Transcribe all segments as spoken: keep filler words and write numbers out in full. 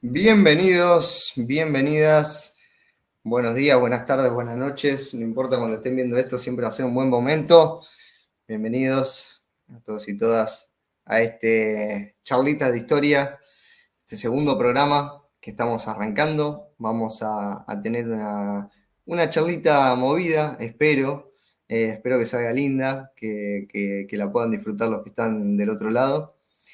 Bienvenidos, bienvenidas, buenos días, buenas tardes, buenas noches, no importa cuando estén viendo esto, siempre va a ser un buen momento. Bienvenidos a todos y todas a este Charlitas de Historia, este segundo programa que estamos arrancando. Vamos a, a tener una, una charlita movida, espero, eh, espero que salga linda, que, que, que la puedan disfrutar los que están del otro lado.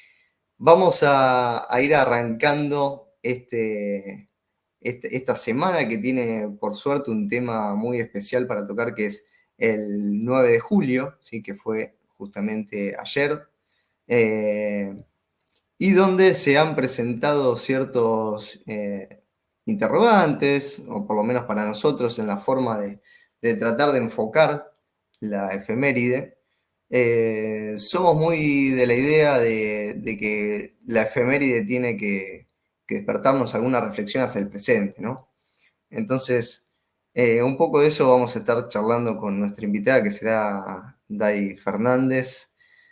Vamos a, a ir arrancando este, este- esta semana que tiene por suerte un tema muy especial para tocar, que es el nueve de julio, ¿sí? Que fue justamente ayer, eh, y donde se han presentado ciertos eh, interrogantes, o por lo menos para nosotros, en la forma de, de tratar de enfocar la efeméride. Eh, somos muy de la idea de, de que la efeméride tiene que, que despertarnos alguna reflexión hacia el presente, ¿no? Entonces, eh, un poco de eso vamos a estar charlando con nuestra invitada, que será Dai Fernández,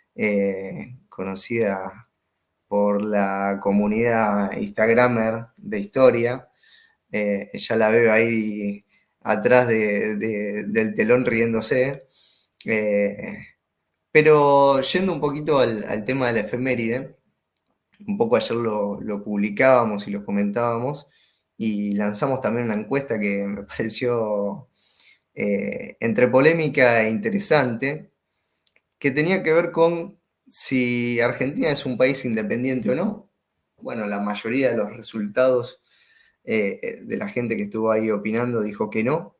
eh, conocida por la comunidad Instagramer de historia. Eh, ya la veo ahí atrás de- de- del telón riéndose. Eh, pero yendo un poquito al, al tema de la efeméride, un poco ayer lo, lo publicábamos y lo comentábamos y lanzamos también una encuesta que me pareció eh, entre polémica e interesante, que tenía que ver con si Argentina es un país independiente o no. Bueno, la mayoría de los resultados eh, de la gente que estuvo ahí opinando dijo que no.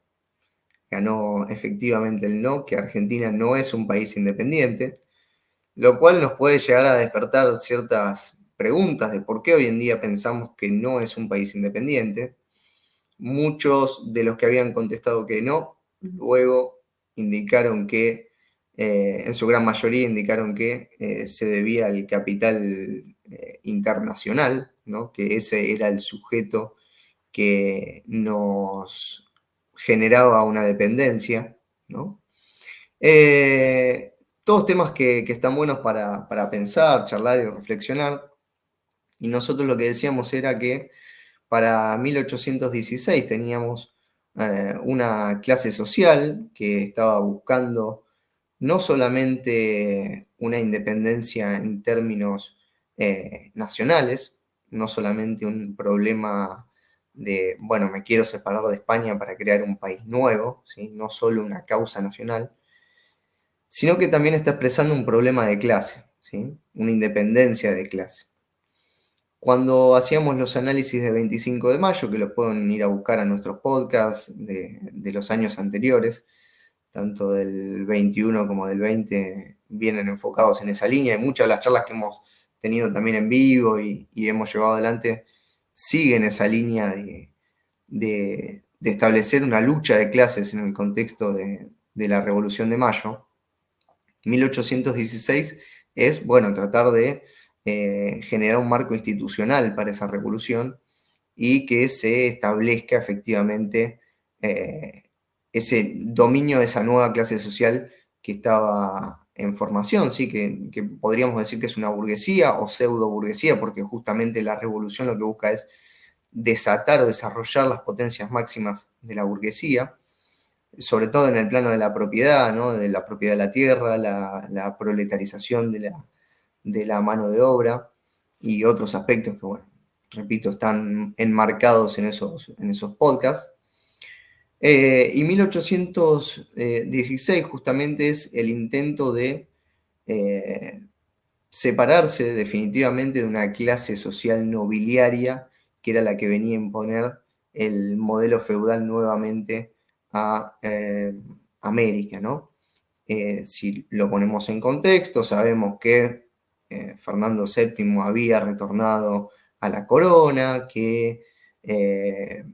Ganó efectivamente el no, que Argentina no es un país independiente, lo cual nos puede llegar a despertar ciertas preguntas de por qué hoy en día pensamos que no es un país independiente. Muchos de los que habían contestado que no, luego indicaron que, eh, en su gran mayoría indicaron que eh, se debía al capital eh, internacional, ¿no? Que ese era el sujeto que nos generaba una dependencia, ¿no? Eh, todos temas que, que están buenos para, para pensar, charlar y reflexionar. Y nosotros lo que decíamos era que para mil ochocientos dieciséis teníamos eh, una clase social que estaba buscando no solamente una independencia en términos eh, nacionales, no solamente un problema de, bueno, me quiero separar de España para crear un país nuevo, ¿sí? No solo una causa nacional, sino que también está expresando un problema de clase, ¿sí? Una independencia de clase. Cuando hacíamos los análisis de veinticinco de mayo, que los pueden ir a buscar a nuestros podcasts de, de los años anteriores, tanto del veintiuno como del veinte vienen enfocados en esa línea, y muchas de las charlas que hemos tenido también en vivo y, y hemos llevado adelante siguen esa línea de, de, de establecer una lucha de clases en el contexto de, de la Revolución de Mayo. mil ochocientos dieciséis es, bueno, tratar de eh, generar un marco institucional para esa revolución y que se establezca efectivamente eh, ese dominio de esa nueva clase social que estaba en formación, ¿sí? que, que podríamos decir que es una burguesía o pseudo burguesía, porque justamente la revolución lo que busca es desatar o desarrollar las potencias máximas de la burguesía, sobre todo en el plano de la propiedad, ¿no? De la propiedad de la tierra, la, la proletarización de la, de la mano de obra y otros aspectos que, bueno, repito, están enmarcados en esos, en esos podcasts. Eh, y mil ochocientos dieciséis justamente es el intento de eh, separarse definitivamente de una clase social nobiliaria que era la que venía a imponer el modelo feudal nuevamente a eh, América, ¿no? Eh, si lo ponemos en contexto, sabemos que eh, Fernando séptimo había retornado a la corona, que eh,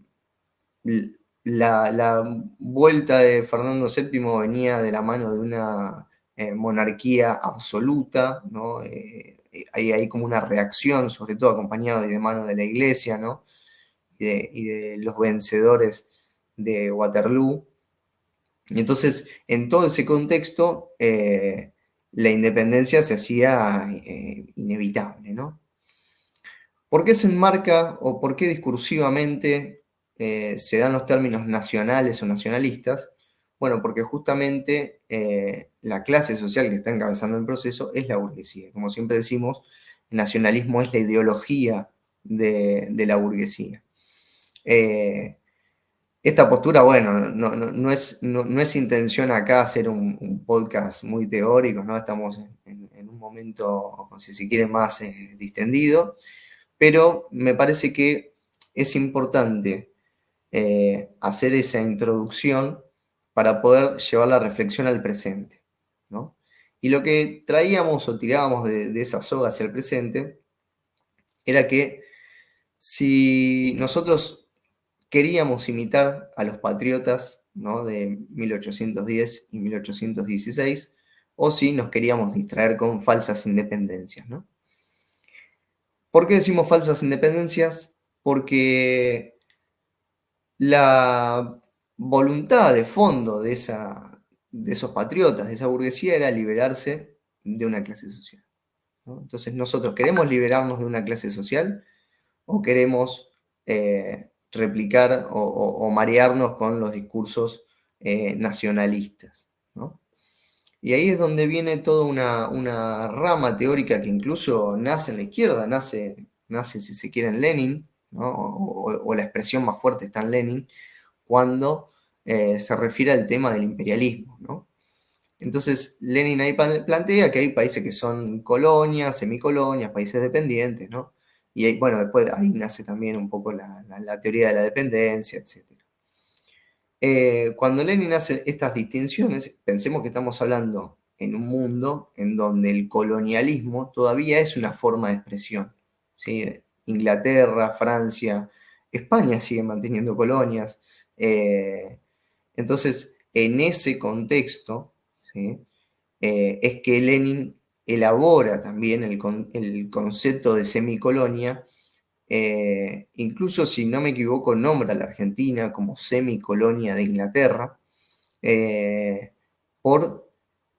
la, la, vuelta de Fernando séptimo venía de la mano de una eh, monarquía absoluta, ¿no? Eh, hay, hay, como una reacción, sobre todo acompañado de mano de la iglesia, ¿no? Y de, y de los vencedores de Waterloo. Y entonces, en todo ese contexto, eh, la independencia se hacía eh, inevitable, ¿no? ¿Por qué se enmarca o por qué discursivamente eh, se dan los términos nacionales o nacionalistas? Bueno, porque justamente eh, la clase social que está encabezando el proceso es la burguesía. Como siempre decimos, el nacionalismo es la ideología de, de la burguesía. Eh, esta postura, bueno, no, no, no, es, no, no es intención acá hacer un, un podcast muy teórico, ¿no? Estamos en, en, en un momento, si se quiere, más eh, distendido, pero me parece que es importante eh, hacer esa introducción para poder llevar la reflexión al presente, ¿no? Y lo que traíamos o tirábamos de, de esa soga hacia el presente era que si nosotros queríamos imitar a los patriotas, ¿no?, de mil ochocientos diez y mil ochocientos dieciséis, o si nos queríamos distraer con falsas independencias, ¿no? ¿Por qué decimos falsas independencias? Porque la voluntad de fondo de, esa, de esos patriotas, de esa burguesía, era liberarse de una clase social, ¿no? Entonces, nosotros queremos liberarnos de una clase social o queremos eh, replicar o, o, o, marearnos con los discursos eh, nacionalistas, ¿no? Y ahí es donde viene toda una, una, rama teórica que incluso nace en la izquierda, nace, nace si se quiere, en Lenin, ¿no? o, o, o la expresión más fuerte está en Lenin, cuando eh, se refiere al tema del imperialismo, ¿no? Entonces, Lenin ahí plantea que hay países que son colonias, semicolonias, países dependientes, ¿no? Y ahí, bueno, después ahí nace también un poco la, la, la teoría de la dependencia, etcétera. Eh, cuando Lenin hace estas distinciones, pensemos que estamos hablando en un mundo en donde el colonialismo todavía es una forma de expresión, ¿sí? Inglaterra, Francia, España sigue manteniendo colonias. Eh, entonces, en ese contexto, ¿sí?, eh, es que Lenin elabora también el, con, el concepto de semicolonia. Eh, incluso, si no me equivoco, nombra a la Argentina como semicolonia de Inglaterra, eh, por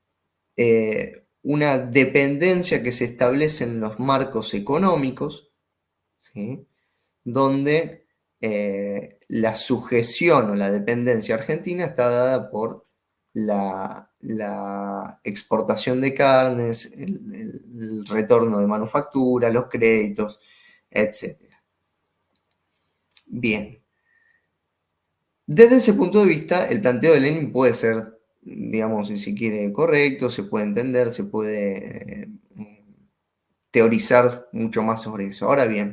eh, una dependencia que se establece en los marcos económicos, ¿sí?, donde eh, la sujeción o la dependencia argentina está dada por la, la exportación de carnes, el, el, el retorno de manufactura, los créditos, etcétera. Bien. Desde ese punto de vista, el planteo de Lenin puede ser, digamos, si se quiere, correcto, se puede entender, se puede eh, teorizar mucho más sobre eso. Ahora bien,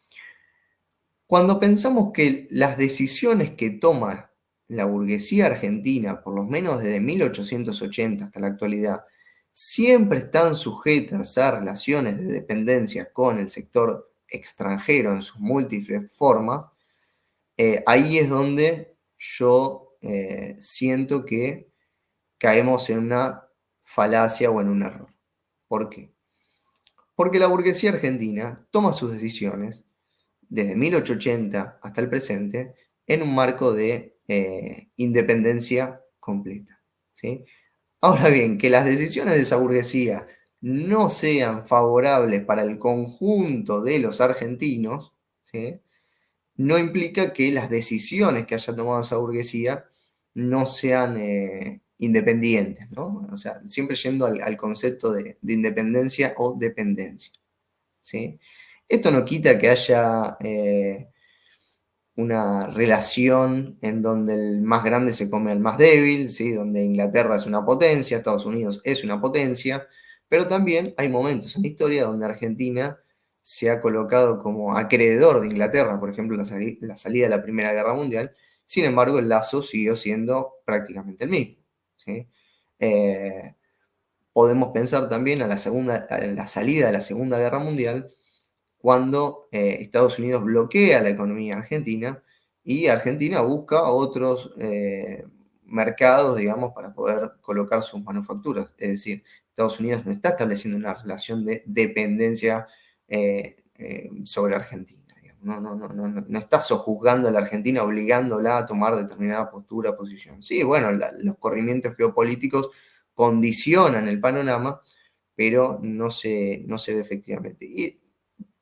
cuando pensamos que las decisiones que toma la burguesía argentina, por lo menos desde mil ochocientos ochenta hasta la actualidad, siempre están sujetas a relaciones de dependencia con el sector extranjero en sus múltiples formas, eh, ahí es donde yo eh, siento que caemos en una falacia o en un error. ¿Por qué? Porque la burguesía argentina toma sus decisiones desde mil ochocientos ochenta hasta el presente en un marco de eh, independencia completa, ¿sí? Ahora bien, que las decisiones de esa burguesía no sean favorables para el conjunto de los argentinos, ¿sí?, no implica que las decisiones que haya tomado esa burguesía no sean eh, independientes, ¿no? O sea, siempre yendo al, al concepto de, de independencia o dependencia, ¿sí? Esto no quita que haya eh, una relación en donde el más grande se come al más débil, ¿sí?, donde Inglaterra es una potencia, Estados Unidos es una potencia, pero también hay momentos en la historia donde Argentina se ha colocado como acreedor de Inglaterra, por ejemplo, la, sali la salida de la Primera Guerra Mundial. Sin embargo, el lazo siguió siendo prácticamente el mismo, ¿sí? Eh, podemos pensar también a la, segunda, a la salida de la Segunda Guerra Mundial, cuando eh, Estados Unidos bloquea la economía argentina y Argentina busca otros eh, mercados, digamos, para poder colocar sus manufacturas. Es decir, Estados Unidos no está estableciendo una relación de dependencia eh, eh, sobre Argentina. Digamos. No, no, no, no, no está sojuzgando a la Argentina, obligándola a tomar determinada postura, posición. Sí, bueno, la, los corrimientos geopolíticos condicionan el panorama, pero no se, no se ve efectivamente. Y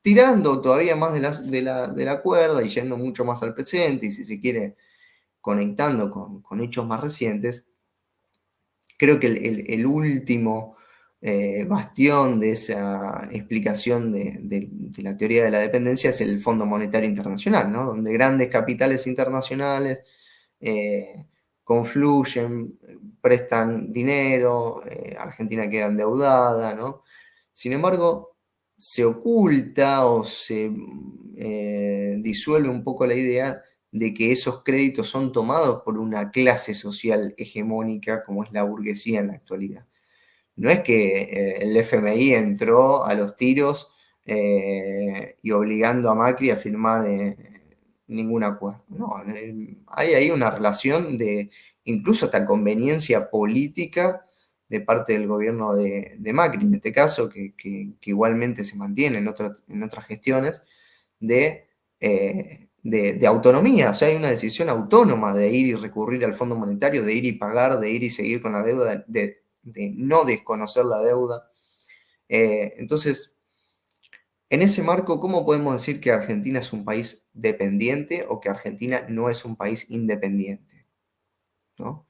tirando todavía más de la, de, la, de la cuerda y yendo mucho más al presente, y si se quiere, conectando con, con hechos más recientes, creo que el, el, el último eh, bastión de esa explicación de, de, de la teoría de la dependencia es el Fondo Monetario Internacional, ¿no? Donde grandes capitales internacionales eh, confluyen, prestan dinero, eh, Argentina queda endeudada, ¿no? Sin embargo, se oculta o se eh, disuelve un poco la idea de que esos créditos son tomados por una clase social hegemónica como es la burguesía en la actualidad. No es que eh, el F M I entró a los tiros eh, y obligando a Macri a firmar eh, ningún acuerdo. No, eh, hay ahí una relación de incluso hasta conveniencia política de parte del gobierno de, de Macri, en este caso, que, que, que igualmente se mantiene en, otro, en otras gestiones, de, eh, de, de autonomía. O sea, hay una decisión autónoma de ir y recurrir al Fondo Monetario, de ir y pagar, de ir y seguir con la deuda, de, de no desconocer la deuda. Eh, entonces, en ese marco, ¿cómo podemos decir que Argentina es un país dependiente o que Argentina no es un país independiente? ¿No?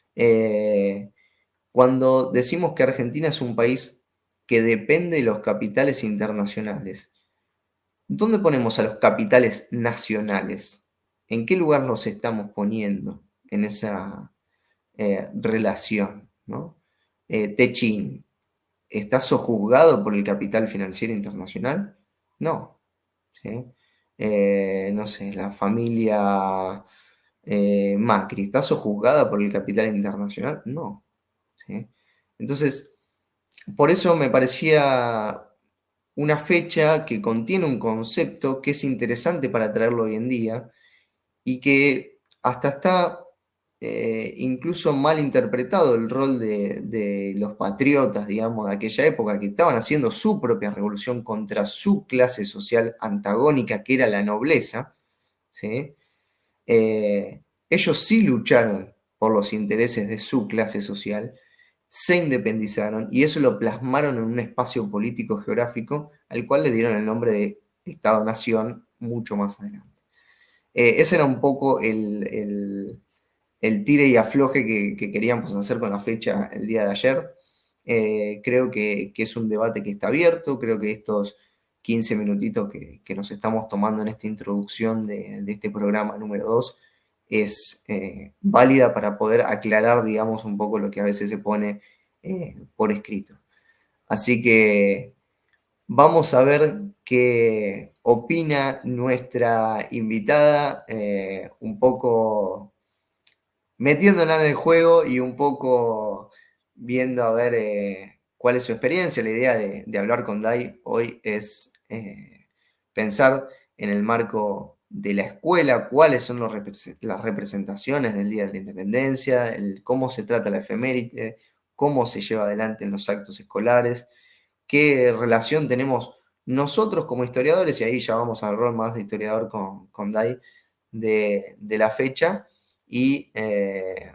Eh, cuando decimos que Argentina es un país que depende de los capitales internacionales, ¿dónde ponemos a los capitales nacionales? ¿En qué lugar nos estamos poniendo en esa eh, relación? ¿No? Eh, Techín, ¿está sojuzgado por el capital financiero internacional? No. ¿Sí? Eh, no sé, la familia eh, Macri, ¿está sojuzgada por el capital internacional? No. ¿Sí? Entonces, por eso me parecía una fecha que contiene un concepto que es interesante para traerlo hoy en día y que hasta está eh, incluso mal interpretado el rol de, de los patriotas, digamos, de aquella época, que estaban haciendo su propia revolución contra su clase social antagónica, que era la nobleza, ¿sí? Eh, ellos sí lucharon por los intereses de su clase social, se independizaron y eso lo plasmaron en un espacio político geográfico al cual le dieron el nombre de Estado-Nación mucho más adelante. Eh, ese era un poco el, el, el tire y afloje que, que, queríamos hacer con la fecha el día de ayer. Eh, creo que, que, es un debate que está abierto, creo que estos quince minutitos que, que nos estamos tomando en esta introducción de, de este programa número dos es eh, válida para poder aclarar, digamos, un poco lo que a veces se pone eh, por escrito. Así que vamos a ver qué opina nuestra invitada, eh, un poco metiéndola en el juego y un poco viendo a ver eh, cuál es su experiencia. La idea de, de hablar con Dai hoy es eh, pensar en el marco de la escuela, cuáles son los repre- las representaciones del Día de la Independencia, el, cómo se trata la efeméride, cómo se lleva adelante en los actos escolares, qué relación tenemos nosotros como historiadores, y ahí ya vamos al rol más de historiador con, con Dai, de, de la fecha, y eh,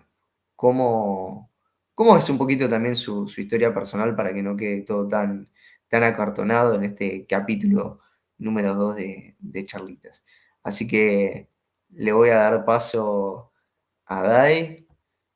cómo, cómo es un poquito también su, su, historia personal para que no quede todo tan, tan acartonado en este capítulo número dos de, de Charlitas. Así que le voy a dar paso a Dai.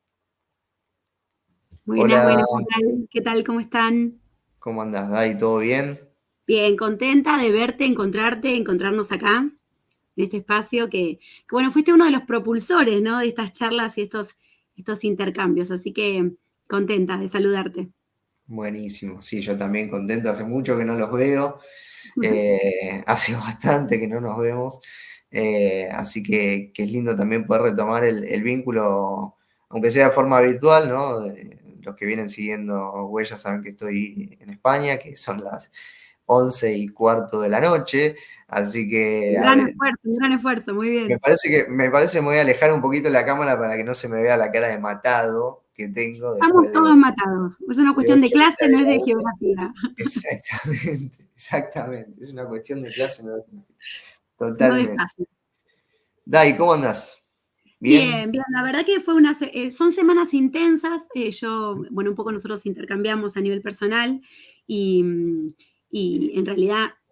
Buenas, Hola, buenas, ¿qué tal? ¿Qué tal? ¿Cómo están? ¿cómo andás, Dai? ¿Todo bien? Bien, contenta de verte, encontrarte, encontrarnos acá, en este espacio que, que, bueno, fuiste uno de los propulsores, ¿no? De estas charlas y estos, estos intercambios, así que contenta de saludarte. Buenísimo, sí, yo también contento, hace mucho que no los veo, eh, hace bastante que no nos vemos, eh, así que, que, es lindo también poder retomar el, el vínculo, aunque sea de forma virtual, ¿no? Eh, los que vienen siguiendo Huellas saben que estoy en España, que son las once y cuarto de la noche, así que... Un A gran ver, esfuerzo, un gran esfuerzo, muy me bien. parece que me parece que me voy a alejar un poquito la cámara para que no se me vea la cara de matado que tengo Estamos después de, todos matados, es una de cuestión de ocho días clase, no es de de laburo. geografía. Exactamente, exactamente. Es una cuestión de clase, no, No de totalmente. espacio. Dai, ¿cómo andás? ¿Bien? Bien, bien, la verdad que fue una, eh, son semanas intensas, eh, yo, bueno, un poco nosotros intercambiamos a nivel personal y, y en realidad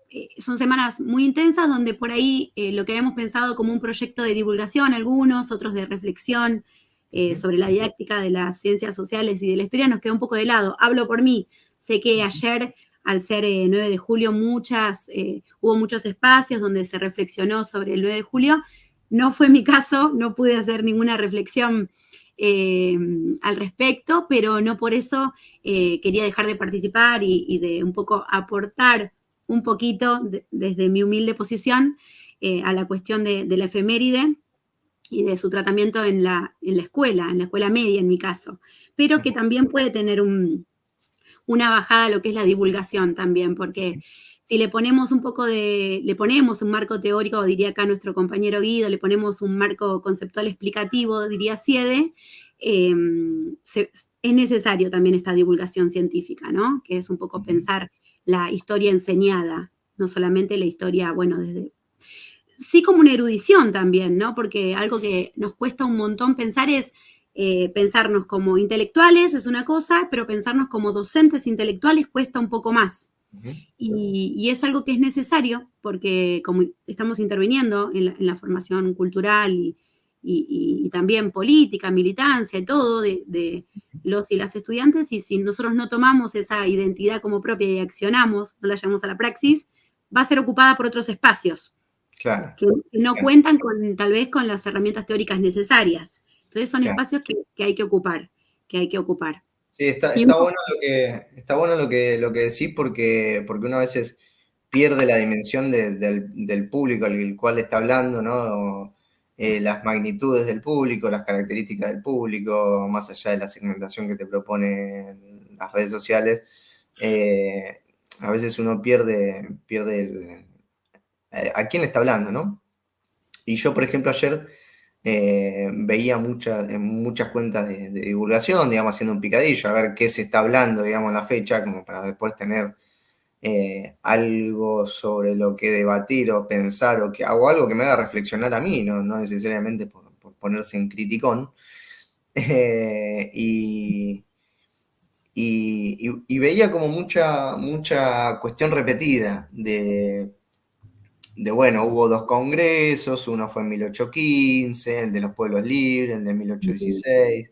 eh, son semanas muy intensas donde por ahí eh, lo que habíamos pensado como un proyecto de divulgación, algunos, otros de reflexión eh, sobre la didáctica de las ciencias sociales y de la historia, nos quedó un poco de lado. Hablo por mí. Sé que ayer, al ser eh, nueve de julio, muchas, eh, hubo muchos espacios donde se reflexionó sobre el nueve de julio. No fue mi caso, no pude hacer ninguna reflexión eh, al respecto, pero no por eso eh, quería dejar de participar y, y de un poco aportar un poquito de, desde mi humilde posición eh, a la cuestión de, de la efeméride y de su tratamiento en la, en la escuela, en la escuela media en mi caso, pero que también puede tener un, una bajada a lo que es la divulgación también, porque si le ponemos un poco de, le ponemos un marco teórico, diría acá nuestro compañero Guido, le ponemos un marco conceptual explicativo, diría Siede, eh, se, es necesario también esta divulgación científica, ¿no? Que es un poco pensar la historia enseñada, no solamente la historia, bueno, desde... Sí como una erudición también, ¿no? Porque algo que nos cuesta un montón pensar es eh, pensarnos como intelectuales, es una cosa, pero pensarnos como docentes intelectuales cuesta un poco más. Uh-huh. Y, y es algo que es necesario porque como estamos interviniendo en la, en la formación cultural y, y, y también política, militancia y todo de, de los y las estudiantes, y si nosotros no tomamos esa identidad como propia y accionamos, no la llevamos a la praxis, va a ser ocupada por otros espacios. Claro. Que no claro. cuentan con, tal vez con las herramientas teóricas necesarias. Entonces son claro. espacios que, que hay que ocupar, que hay que ocupar. Sí, está, está bueno lo que, está bueno lo que, lo que decís porque, porque uno a veces pierde la dimensión de, del, del público al cual está hablando, ¿no? O, eh, las magnitudes del público, las características del público, más allá de la segmentación que te proponen las redes sociales. Eh, a veces uno pierde, pierde el, a quién le está hablando, ¿no? Y yo, por ejemplo, ayer eh, veía muchas, muchas cuentas de, de divulgación, digamos, haciendo un picadillo, a ver qué se está hablando, digamos, en la fecha, como para después tener eh, algo sobre lo que debatir o pensar, o, que, o algo que me haga reflexionar a mí, no, no necesariamente por, por ponerse en criticón. Eh, y, y, y, y veía como mucha, mucha cuestión repetida de... de, bueno, hubo dos congresos, uno fue en mil ochocientos quince, el de los pueblos libres, el de mil ochocientos dieciséis,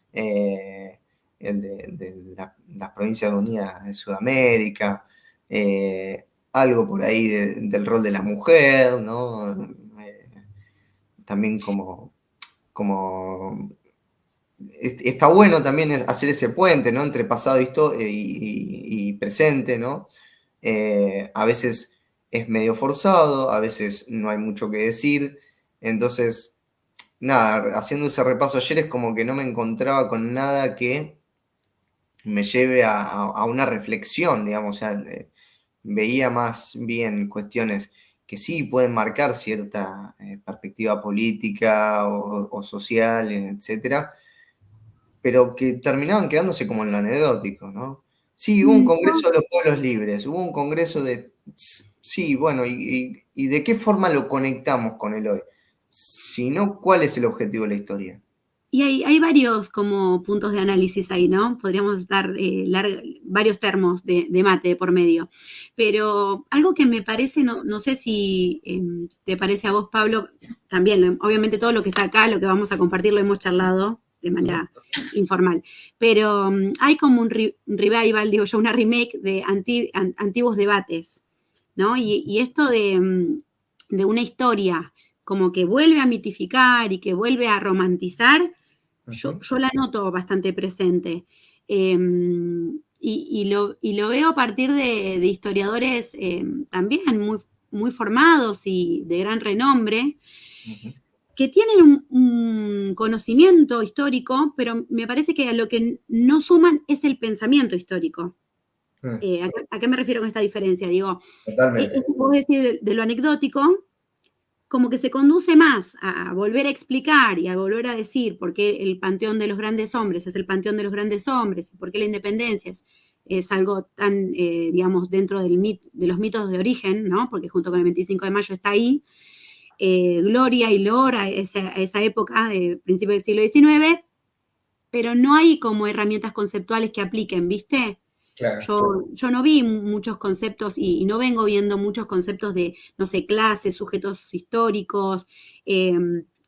eh, el de, de la, las Provincias Unidas de Sudamérica, eh, algo por ahí de, del rol de la mujer, ¿no? Eh, también como, como... Está bueno también hacer ese puente, ¿no? Entre pasado y, y, y presente, ¿no? Eh, a veces es medio forzado, a veces no hay mucho que decir, entonces, nada, haciendo ese repaso ayer es como que no me encontraba con nada que me lleve a, a, a una reflexión, digamos, o sea, eh, veía más bien cuestiones que sí pueden marcar cierta eh, perspectiva política o, o social, etcétera, pero que terminaban quedándose como en lo anecdótico, ¿no? Sí, hubo un congreso de los pueblos libres, hubo un congreso de... Sí, bueno, y, y, ¿y de qué forma lo conectamos con el hoy? Si no, ¿cuál es el objetivo de la historia? Y hay, hay varios como puntos de análisis ahí, ¿no? Podríamos dar eh, larga, varios termos de, de mate por medio. Pero algo que me parece, no, no sé si eh, te parece a vos, Pablo, también, obviamente todo lo que está acá, lo que vamos a compartir, lo hemos charlado de manera informal. Pero um, hay como un, re, un revival, digo yo, una remake de anti, an, antiguos debates, ¿no? Y, y esto de, de una historia como que vuelve a mitificar y que vuelve a romantizar, yo, yo la noto bastante presente. Eh, y, y, lo, y lo veo a partir de, de historiadores eh, también muy, muy formados y de gran renombre, uh-huh. que tienen un, un conocimiento histórico, pero me parece que a lo que no suman es el pensamiento histórico. Uh-huh. Eh, ¿a, ¿A qué me refiero con esta diferencia? Digo, Totalmente. Es, vos decís de, de lo anecdótico, como que se conduce más a volver a explicar y a volver a decir por qué el panteón de los grandes hombres es el panteón de los grandes hombres, por qué la independencia es, es algo tan, eh, digamos, dentro del mit, de los mitos de origen, ¿no? Porque junto con el veinticinco de mayo está ahí, eh, gloria y loor a esa, a esa época de principio del siglo diecinueve, pero no hay como herramientas conceptuales que apliquen, ¿viste? Claro. Yo, yo no vi muchos conceptos y, y no vengo viendo muchos conceptos de, no sé, clases, sujetos históricos, eh,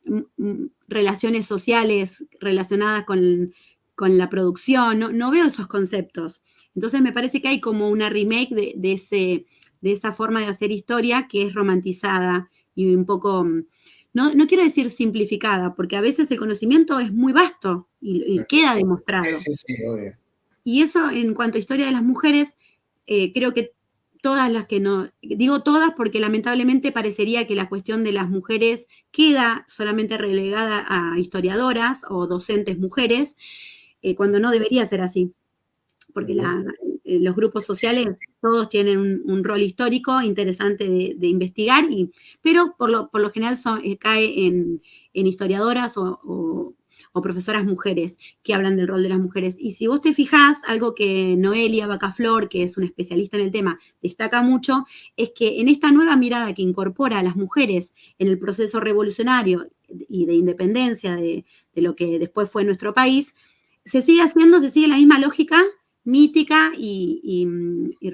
relaciones sociales relacionadas con, con la producción, no, no, veo esos conceptos. Entonces me parece que hay como una remake de, de, ese, de esa forma de hacer historia que es romantizada y un poco, no, no quiero decir simplificada, porque a veces el conocimiento es muy vasto y, y queda demostrado. Sí, sí, sí, obvio. Y eso en cuanto a historia de las mujeres, eh, creo que todas las que no, digo todas porque lamentablemente parecería que la cuestión de las mujeres queda solamente relegada a historiadoras o docentes mujeres, eh, cuando no debería ser así, porque la, eh, los grupos sociales todos tienen un, un rol histórico interesante de, de investigar, y, pero por lo, por lo general son, eh, cae en, en historiadoras o, o o profesoras mujeres que hablan del rol de las mujeres. Y si vos te fijás, algo que Noelia Bacaflor, que es una especialista en el tema, destaca mucho, es que en esta nueva mirada que incorpora a las mujeres en el proceso revolucionario y de independencia de, de lo que después fue nuestro país, se sigue haciendo, se sigue la misma lógica mítica y, y, y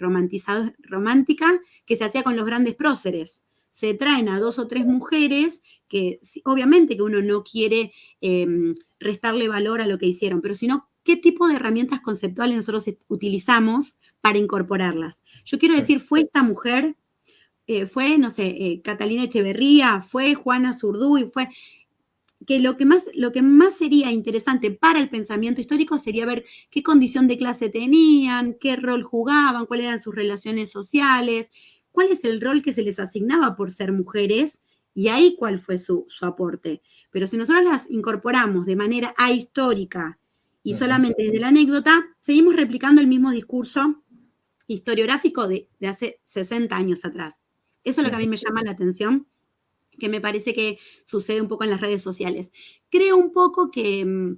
romántica que se hacía con los grandes próceres. Se traen a dos o tres mujeres que obviamente que uno no quiere eh, restarle valor a lo que hicieron, pero sino qué tipo de herramientas conceptuales nosotros utilizamos para incorporarlas. Yo quiero decir, fue esta mujer, eh, fue, no sé, eh, Catalina Echeverría, fue Juana Zurduy, fue que lo que, más, lo que más sería interesante para el pensamiento histórico sería ver qué condición de clase tenían, qué rol jugaban, cuáles eran sus relaciones sociales, cuál es el rol que se les asignaba por ser mujeres, y ahí cuál fue su, su aporte. Pero si nosotros las incorporamos de manera ahistórica y solamente desde la anécdota, seguimos replicando el mismo discurso historiográfico de, de hace sesenta años atrás. Eso es lo que a mí me llama la atención, que me parece que sucede un poco en las redes sociales. Creo un poco que,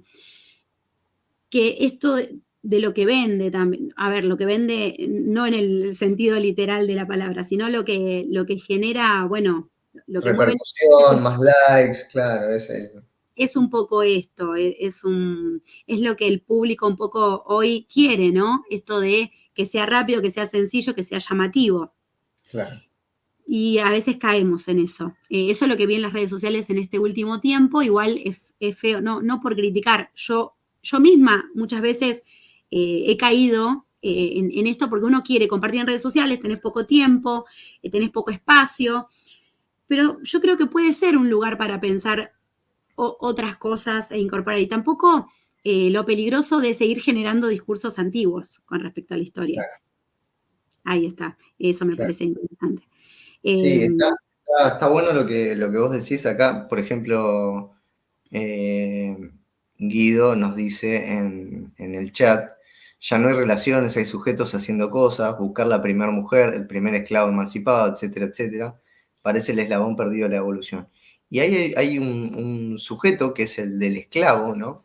que esto de, de lo que vende también, a ver, lo que vende no en el sentido literal de la palabra, sino lo que, lo que genera, bueno, lo que repercusión, mueve, más likes, claro, es el... Es un poco esto, es, un, es lo que el público un poco hoy quiere, ¿no? Esto de que sea rápido, que sea sencillo, que sea llamativo. Claro. Y a veces caemos en eso. Eh, eso es lo que vi en las redes sociales en este último tiempo. Igual es, es feo, no, no por criticar. Yo, yo misma muchas veces eh, he caído eh, en, en esto porque uno quiere compartir en redes sociales, tenés poco tiempo, eh, tenés poco espacio. Pero yo creo que puede ser un lugar para pensar o, otras cosas e incorporar. Y tampoco eh, lo peligroso de seguir generando discursos antiguos con respecto a la historia. Claro. Ahí está. Eso me claro. parece interesante. Sí, está, está, está, bueno lo que, lo que vos decís acá. Por ejemplo, eh, Guido nos dice en, en el chat, ya no hay relaciones, hay sujetos haciendo cosas, buscar la primera mujer, el primer esclavo emancipado, etcétera, etcétera, parece el eslabón perdido de la evolución. Y ahí hay, hay un, un sujeto que es el del esclavo, ¿no?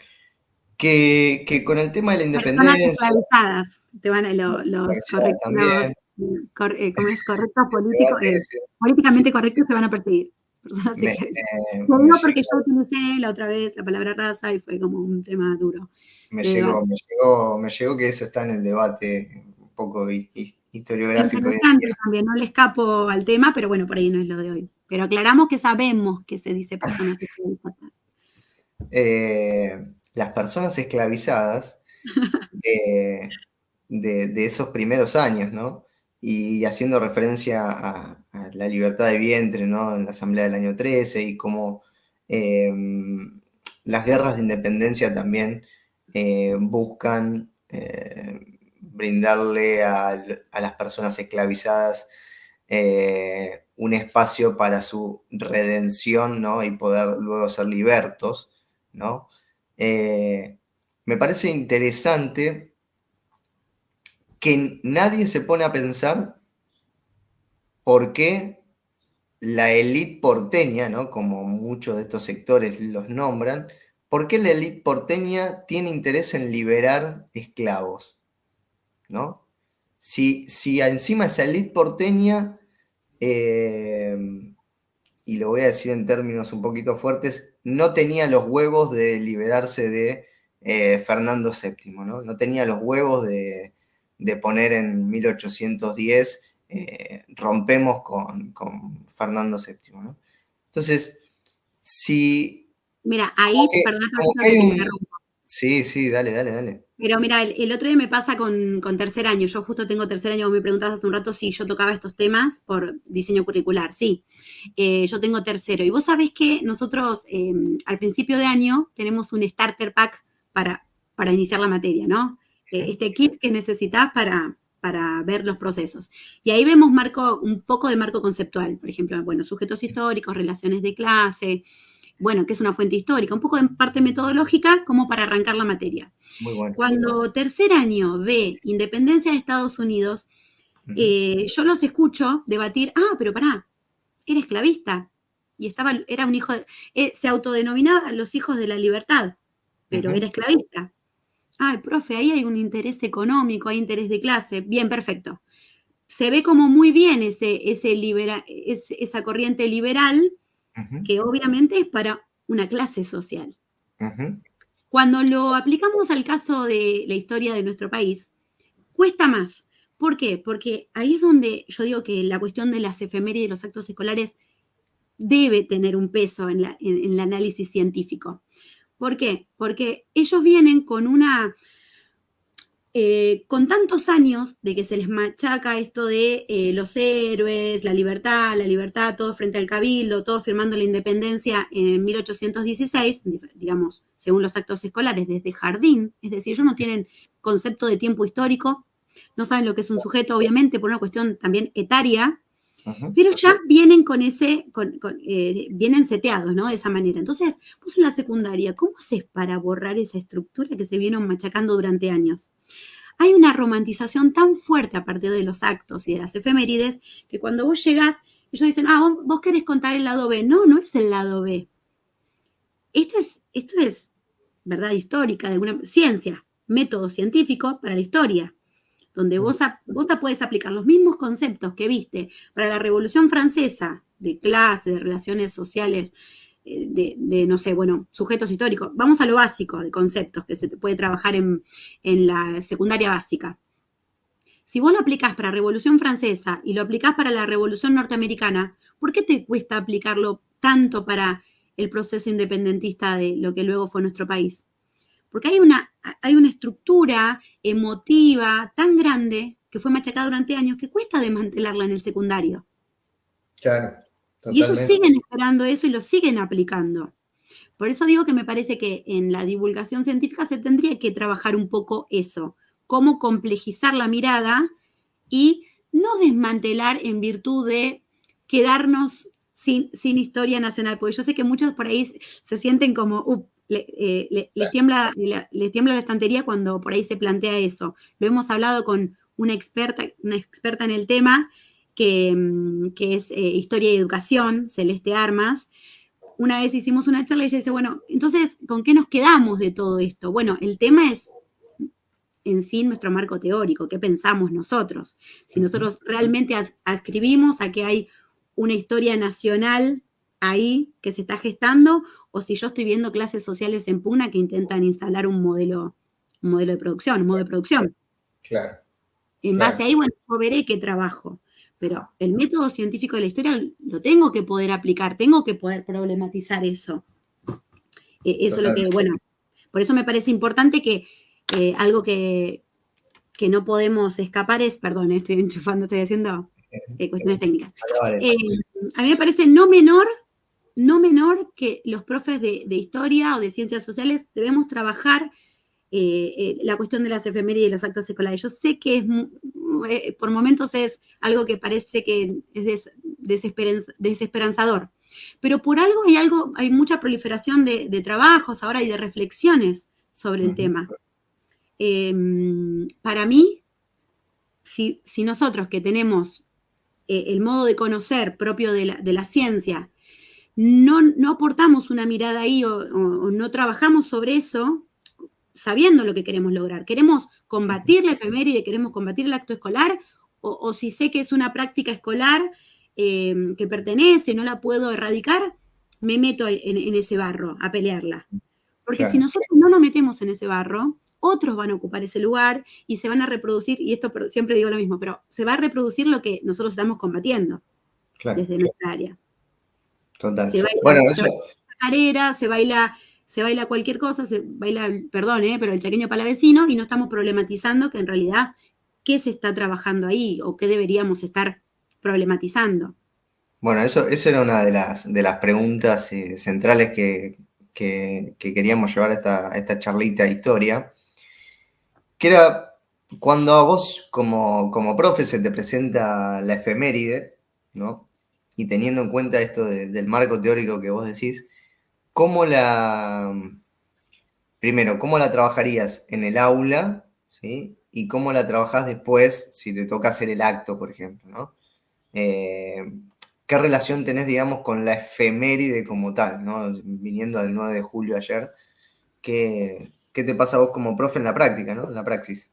Que, que con el tema de la independencia... Personas esclavizadas, te van a lo, los correctos... Cor, eh, ¿cómo es? Correctos políticos, eh, políticamente sí. correctos te van a perseguir. Personas me, eh, Lo digo porque llegó, yo utilicé la otra vez la palabra raza y fue como un tema duro. Me llegó, me llegó, me llegó que eso está en el debate un poco historiográfico. Interesante también, no le escapo al tema, pero bueno, por ahí no es lo de hoy. Pero aclaramos que sabemos que se dice personas esclavizadas. Eh, las personas esclavizadas de, de, de esos primeros años, ¿no? Y haciendo referencia a, a la libertad de vientre, ¿no? En la Asamblea del año trece y cómo eh, las guerras de independencia también eh, buscan eh, brindarle a, a, las personas esclavizadas eh, un espacio para su redención, ¿no? Y poder luego ser libertos, ¿no? Eh, me parece interesante que nadie se pone a pensar por qué la élite porteña, ¿no? Como muchos de estos sectores los nombran, ¿por qué la élite porteña tiene interés en liberar esclavos? ¿No? Si, si encima esa élite porteña, eh, y lo voy a decir en términos un poquito fuertes, no tenía los huevos de liberarse de eh, Fernando séptimo, ¿no? No tenía los huevos de, de poner en mil ochocientos diez, eh, rompemos con, con Fernando séptimo, ¿no? Entonces, si... Mira, ahí, que, perdón, que que te un... interrumpo. Sí, sí, dale, dale, dale. Pero mira, el, el otro día me pasa con, con tercer año. Yo justo tengo tercer año, me preguntas hace un rato si yo tocaba estos temas por diseño curricular. Sí, eh, yo tengo tercero. Y vos sabés que nosotros eh, al principio de año tenemos un starter pack para, para iniciar la materia, ¿no? Eh, este kit que necesitas para, para ver los procesos. Y ahí vemos marco, un poco de marco conceptual. Por ejemplo, bueno, sujetos históricos, relaciones de clase, bueno, que es una fuente histórica, un poco de parte metodológica como para arrancar la materia. Muy bueno. Cuando tercer año ve independencia de Estados Unidos, uh-huh. eh, yo los escucho debatir, ah, pero pará, era esclavista. Y estaba, era un hijo, de, eh, se autodenominaba los hijos de la libertad, pero uh-huh. era esclavista. Ah, profe, ahí hay un interés económico, hay interés de clase. Bien, perfecto. Se ve como muy bien ese, ese libera, ese, esa corriente liberal, uh-huh. que obviamente es para una clase social. Uh-huh. Cuando lo aplicamos al caso de la historia de nuestro país, cuesta más. ¿Por qué? Porque ahí es donde yo digo que la cuestión de las efemérides y los actos escolares debe tener un peso en, la, en, en el análisis científico. ¿Por qué? Porque ellos vienen con una... Eh, con tantos años de que se les machaca esto de eh, los héroes, la libertad, la libertad, todo frente al cabildo, todo firmando la independencia en mil ochocientos dieciséis, digamos, según los actos escolares, desde jardín, es decir, ellos no tienen concepto de tiempo histórico, no saben lo que es un sujeto, obviamente, por una cuestión también etaria, uh-huh. pero ya vienen con ese, con, con, eh, vienen seteados, ¿no? De esa manera. Entonces, vos en la secundaria, ¿cómo haces para borrar esa estructura que se vieron machacando durante años? Hay una romantización tan fuerte a partir de los actos y de las efemérides que cuando vos llegás, ellos dicen, ah, vos, vos querés contar el lado B. No, no es el lado B. Esto es, esto es verdad histórica, de alguna ciencia, método científico para la historia, donde vos, vos puedes aplicar los mismos conceptos que viste para la Revolución Francesa, de clase, de relaciones sociales, De, de, no sé, bueno, sujetos históricos. Vamos a lo básico de conceptos que se puede trabajar en, en la secundaria básica. Si vos lo aplicás para la Revolución Francesa y lo aplicás para la Revolución Norteamericana, ¿por qué te cuesta aplicarlo tanto para el proceso independentista de lo que luego fue nuestro país? Porque hay una, hay una estructura emotiva tan grande que fue machacada durante años que cuesta desmantelarla en el secundario. Claro. Totalmente. Y ellos siguen esperando eso y lo siguen aplicando. Por eso digo que me parece que en la divulgación científica se tendría que trabajar un poco eso, cómo complejizar la mirada y no desmantelar en virtud de quedarnos sin, sin historia nacional, porque yo sé que muchos por ahí se sienten como, uh, le, eh, le, les, tiembla, le, les tiembla la estantería cuando por ahí se plantea eso. Lo hemos hablado con una experta, una experta en el tema, Que, que es eh, Historia y Educación, Celeste Armas. Una vez hicimos una charla y ella dice, bueno, entonces, ¿con qué nos quedamos de todo esto? Bueno, el tema es en sí nuestro marco teórico, ¿qué pensamos nosotros? Si nosotros realmente ad- adscribimos a que hay una historia nacional ahí que se está gestando, o si yo estoy viendo clases sociales en pugna que intentan instalar un modelo, un modelo de producción, un modo de producción. Claro. En claro. base a ahí, bueno, yo veré qué trabajo. Pero el método científico de la historia lo tengo que poder aplicar, tengo que poder problematizar eso. Eh, eso es lo que, bueno, por eso me parece importante que eh, algo que, que no podemos escapar es, perdón, estoy enchufando, estoy haciendo eh, cuestiones técnicas. Eh, a mí me parece no menor, no menor que los profes de, de historia o de ciencias sociales debemos trabajar eh, eh, la cuestión de las efemérides y los actos escolares. Yo sé que es eh, por momentos es algo que parece que es des, desesperanz, desesperanzador, pero por algo hay algo, hay mucha proliferación de, de trabajos ahora y de reflexiones sobre el uh-huh. tema. Eh, para mí, si, si nosotros que tenemos eh, el modo de conocer propio de la, de la ciencia, no, no aportamos una mirada ahí o, o, o no trabajamos sobre eso, sabiendo lo que queremos lograr. ¿Queremos combatir la efeméride, queremos combatir el acto escolar? O, o si sé que es una práctica escolar eh, que pertenece, no la puedo erradicar, me meto en, en ese barro a pelearla. Porque claro. si nosotros no nos metemos en ese barro, otros van a ocupar ese lugar y se van a reproducir, y esto siempre digo lo mismo, pero se va a reproducir lo que nosotros estamos combatiendo claro, desde nuestra área. Total. Se baila, bueno, se eso... baila carrera, se baila, se baila cualquier cosa, se baila, perdón, eh, pero el chaqueño palavecino, y no estamos problematizando que en realidad qué se está trabajando ahí o qué deberíamos estar problematizando. Bueno, eso, eso era una de las, de las preguntas eh, centrales que, que, que queríamos llevar a esta, a esta charlita de historia, que era cuando a vos como, como profe se te presenta la efeméride, ¿no? Y teniendo en cuenta esto de, del marco teórico que vos decís, ¿cómo la, primero, cómo la trabajarías en el aula, ¿sí? Y cómo la trabajás después si te toca hacer el acto, por ejemplo, ¿no? Eh, ¿Qué relación tenés, digamos, con la efeméride como tal, ¿no? Viniendo del nueve de julio ayer, ¿qué, qué te pasa a vos como profe en la práctica, ¿no? En la praxis.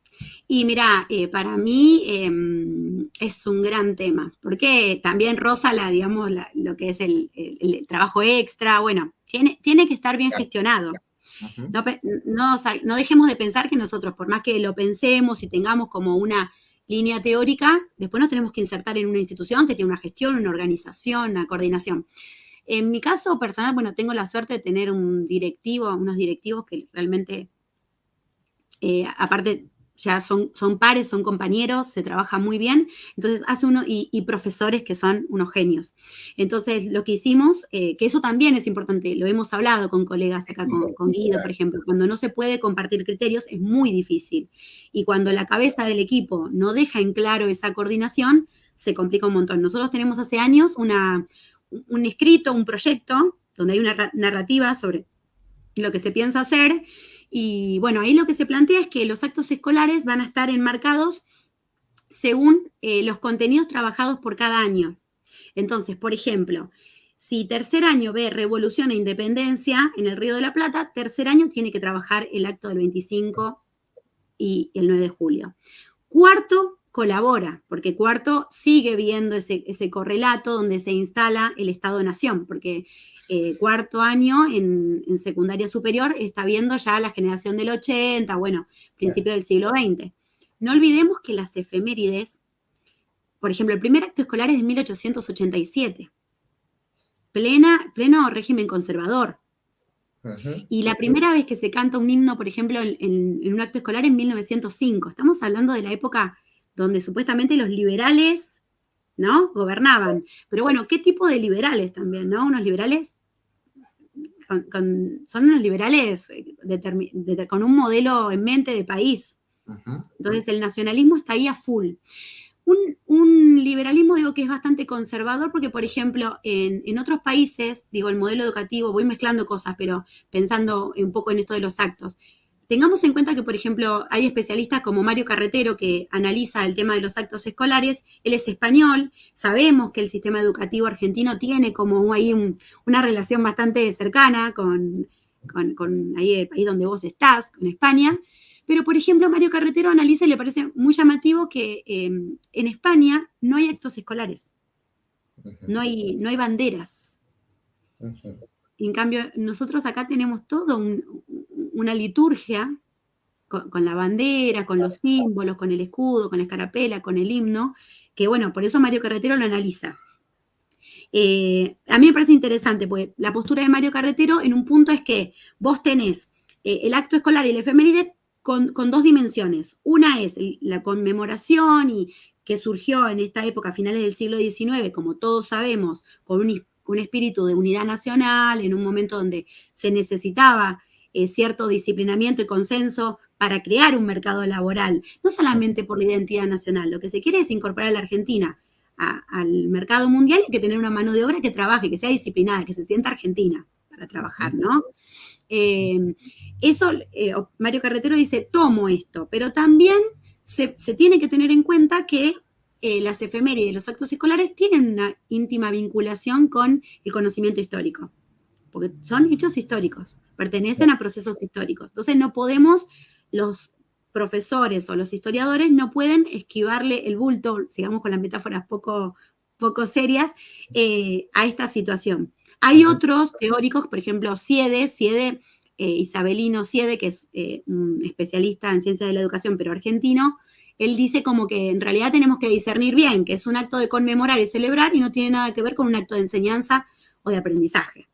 Y mira, eh, para mí eh, es un gran tema, porque también roza la, digamos, la, lo que es el, el, el, trabajo extra, bueno, tiene, tiene que estar bien gestionado. Uh-huh. No, no, o sea, no dejemos de pensar que nosotros, por más que lo pensemos y tengamos como una línea teórica, después nos tenemos que insertar en una institución que tiene una gestión, una organización, una coordinación. En mi caso personal, bueno, tengo la suerte de tener un directivo, unos directivos que realmente, eh, aparte, ya son, son pares, son compañeros, se trabaja muy bien, entonces hace uno, y, y profesores que son unos genios. Entonces, lo que hicimos, eh, que eso también es importante, lo hemos hablado con colegas acá, con, con Guido, por ejemplo, cuando no se puede compartir criterios es muy difícil, y cuando la cabeza del equipo no deja en claro esa coordinación, se complica un montón. Nosotros tenemos hace años una, un escrito, un proyecto, donde hay una narrativa sobre lo que se piensa hacer. Y bueno, ahí lo que se plantea es que los actos escolares van a estar enmarcados según eh, los contenidos trabajados por cada año. Entonces, por ejemplo, si tercer año ve Revolución e Independencia en el Río de la Plata, tercer año tiene que trabajar el acto del veinticinco y el nueve de julio. Cuarto, colabora, porque cuarto sigue viendo ese, ese correlato donde se instala el Estado-Nación, porque Eh, cuarto año en, en secundaria superior está viendo ya la generación del ochenta, bueno, principio del siglo veinte. No olvidemos que las efemérides, por ejemplo, el primer acto escolar es de mil ochocientos ochenta y siete, plena, pleno régimen conservador. Uh-huh. Y la primera vez que se canta un himno, por ejemplo, en, en, en un acto escolar es en mil novecientos cinco. Estamos hablando de la época donde supuestamente los liberales, ¿no?, gobernaban. Pero bueno, ¿qué tipo de liberales también, no? Unos liberales Con, con, son unos liberales determin, de, con un modelo en mente de país. Uh-huh. Entonces el nacionalismo está ahí a full. Un, un liberalismo, digo, que es bastante conservador porque, por ejemplo, en, en otros países, digo, el modelo educativo, voy mezclando cosas, pero pensando un poco en esto de los actos. Tengamos en cuenta que, por ejemplo, hay especialistas como Mario Carretero que analiza el tema de los actos escolares. Él es español, sabemos que el sistema educativo argentino tiene como ahí un, una relación bastante cercana con, con, con ahí el país donde vos estás, con España. Pero, por ejemplo, Mario Carretero analiza y le parece muy llamativo que eh, en España no hay actos escolares, no hay, no hay banderas. En cambio, nosotros acá tenemos todo un... una liturgia con, con la bandera, con los símbolos, con el escudo, con la escarapela, con el himno, que bueno, por eso Mario Carretero lo analiza. Eh, a mí me parece interesante, porque la postura de Mario Carretero en un punto es que vos tenés eh, el acto escolar y la efeméride con, con dos dimensiones. Una es la conmemoración y que surgió en esta época, a finales del siglo diecinueve, como todos sabemos, con un, un espíritu de unidad nacional, en un momento donde se necesitaba Eh, cierto disciplinamiento y consenso para crear un mercado laboral, no solamente por la identidad nacional, lo que se quiere es incorporar a la Argentina a, al mercado mundial y hay que tener una mano de obra que trabaje, que sea disciplinada, que se sienta argentina para trabajar, ¿no? Eh, eso, eh, Mario Carretero dice, tomo esto, pero también se, se tiene que tener en cuenta que eh, las efemérides y los actos escolares tienen una íntima vinculación con el conocimiento histórico, porque son hechos históricos, pertenecen a procesos históricos. Entonces no podemos, los profesores o los historiadores no pueden esquivarle el bulto, sigamos con las metáforas poco, poco serias, eh, a esta situación. Hay otros teóricos, por ejemplo, Siede, Siede eh, Isabelino Siede, que es eh, un especialista en ciencias de la educación, pero argentino, él dice como que en realidad tenemos que discernir bien, que es un acto de conmemorar y celebrar y no tiene nada que ver con un acto de enseñanza o de aprendizaje.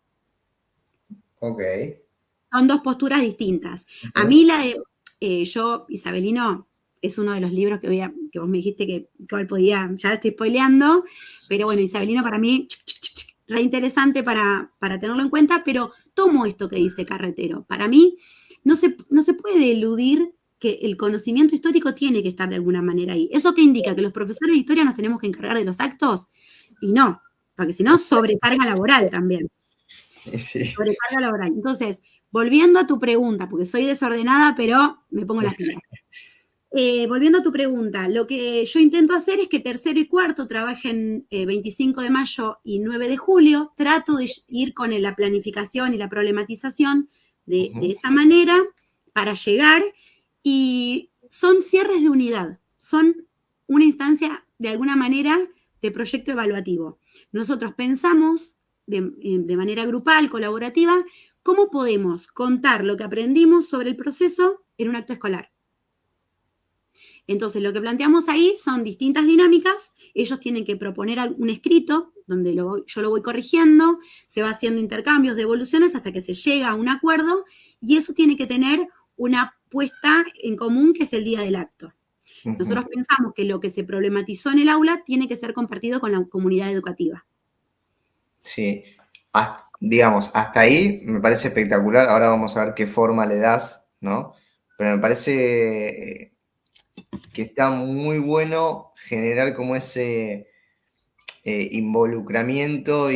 Ok. Son dos posturas distintas. A mí la de, eh, yo, Isabelino, es uno de los libros que, voy a, que vos me dijiste que cuál podía, ya lo estoy spoileando, pero bueno, Isabelino para mí, re interesante para, para tenerlo en cuenta, pero tomo esto que dice Carretero. Para mí no se, no se puede eludir que el conocimiento histórico tiene que estar de alguna manera ahí. ¿Eso qué indica? ¿Que los profesores de historia nos tenemos que encargar de los actos? Y no, porque si no, sobrecarga laboral también. Sí. Sobrecarga laboral. Entonces, volviendo a tu pregunta, porque soy desordenada, pero me pongo las pilas. Eh, volviendo a tu pregunta, lo que yo intento hacer es que tercero y cuarto trabajen eh, veinticinco de mayo y nueve de julio. Trato de ir con la planificación y la problematización de, Uh-huh. de esa manera para llegar, y son cierres de unidad, son una instancia de alguna manera de proyecto evaluativo. Nosotros pensamos de, de manera grupal, colaborativa, cómo podemos contar lo que aprendimos sobre el proceso en un acto escolar. Entonces, lo que planteamos ahí son distintas dinámicas. Ellos tienen que proponer un escrito donde lo, yo lo voy corrigiendo, se va haciendo intercambios, devoluciones hasta que se llega a un acuerdo, y eso tiene que tener una puesta en común, que es el día del acto. Uh-huh. Nosotros pensamos que lo que se problematizó en el aula tiene que ser compartido con la comunidad educativa. Sí, hasta, digamos, hasta ahí me parece espectacular. Ahora vamos a ver qué forma le das, ¿no? Pero me parece que está muy bueno generar como ese eh, involucramiento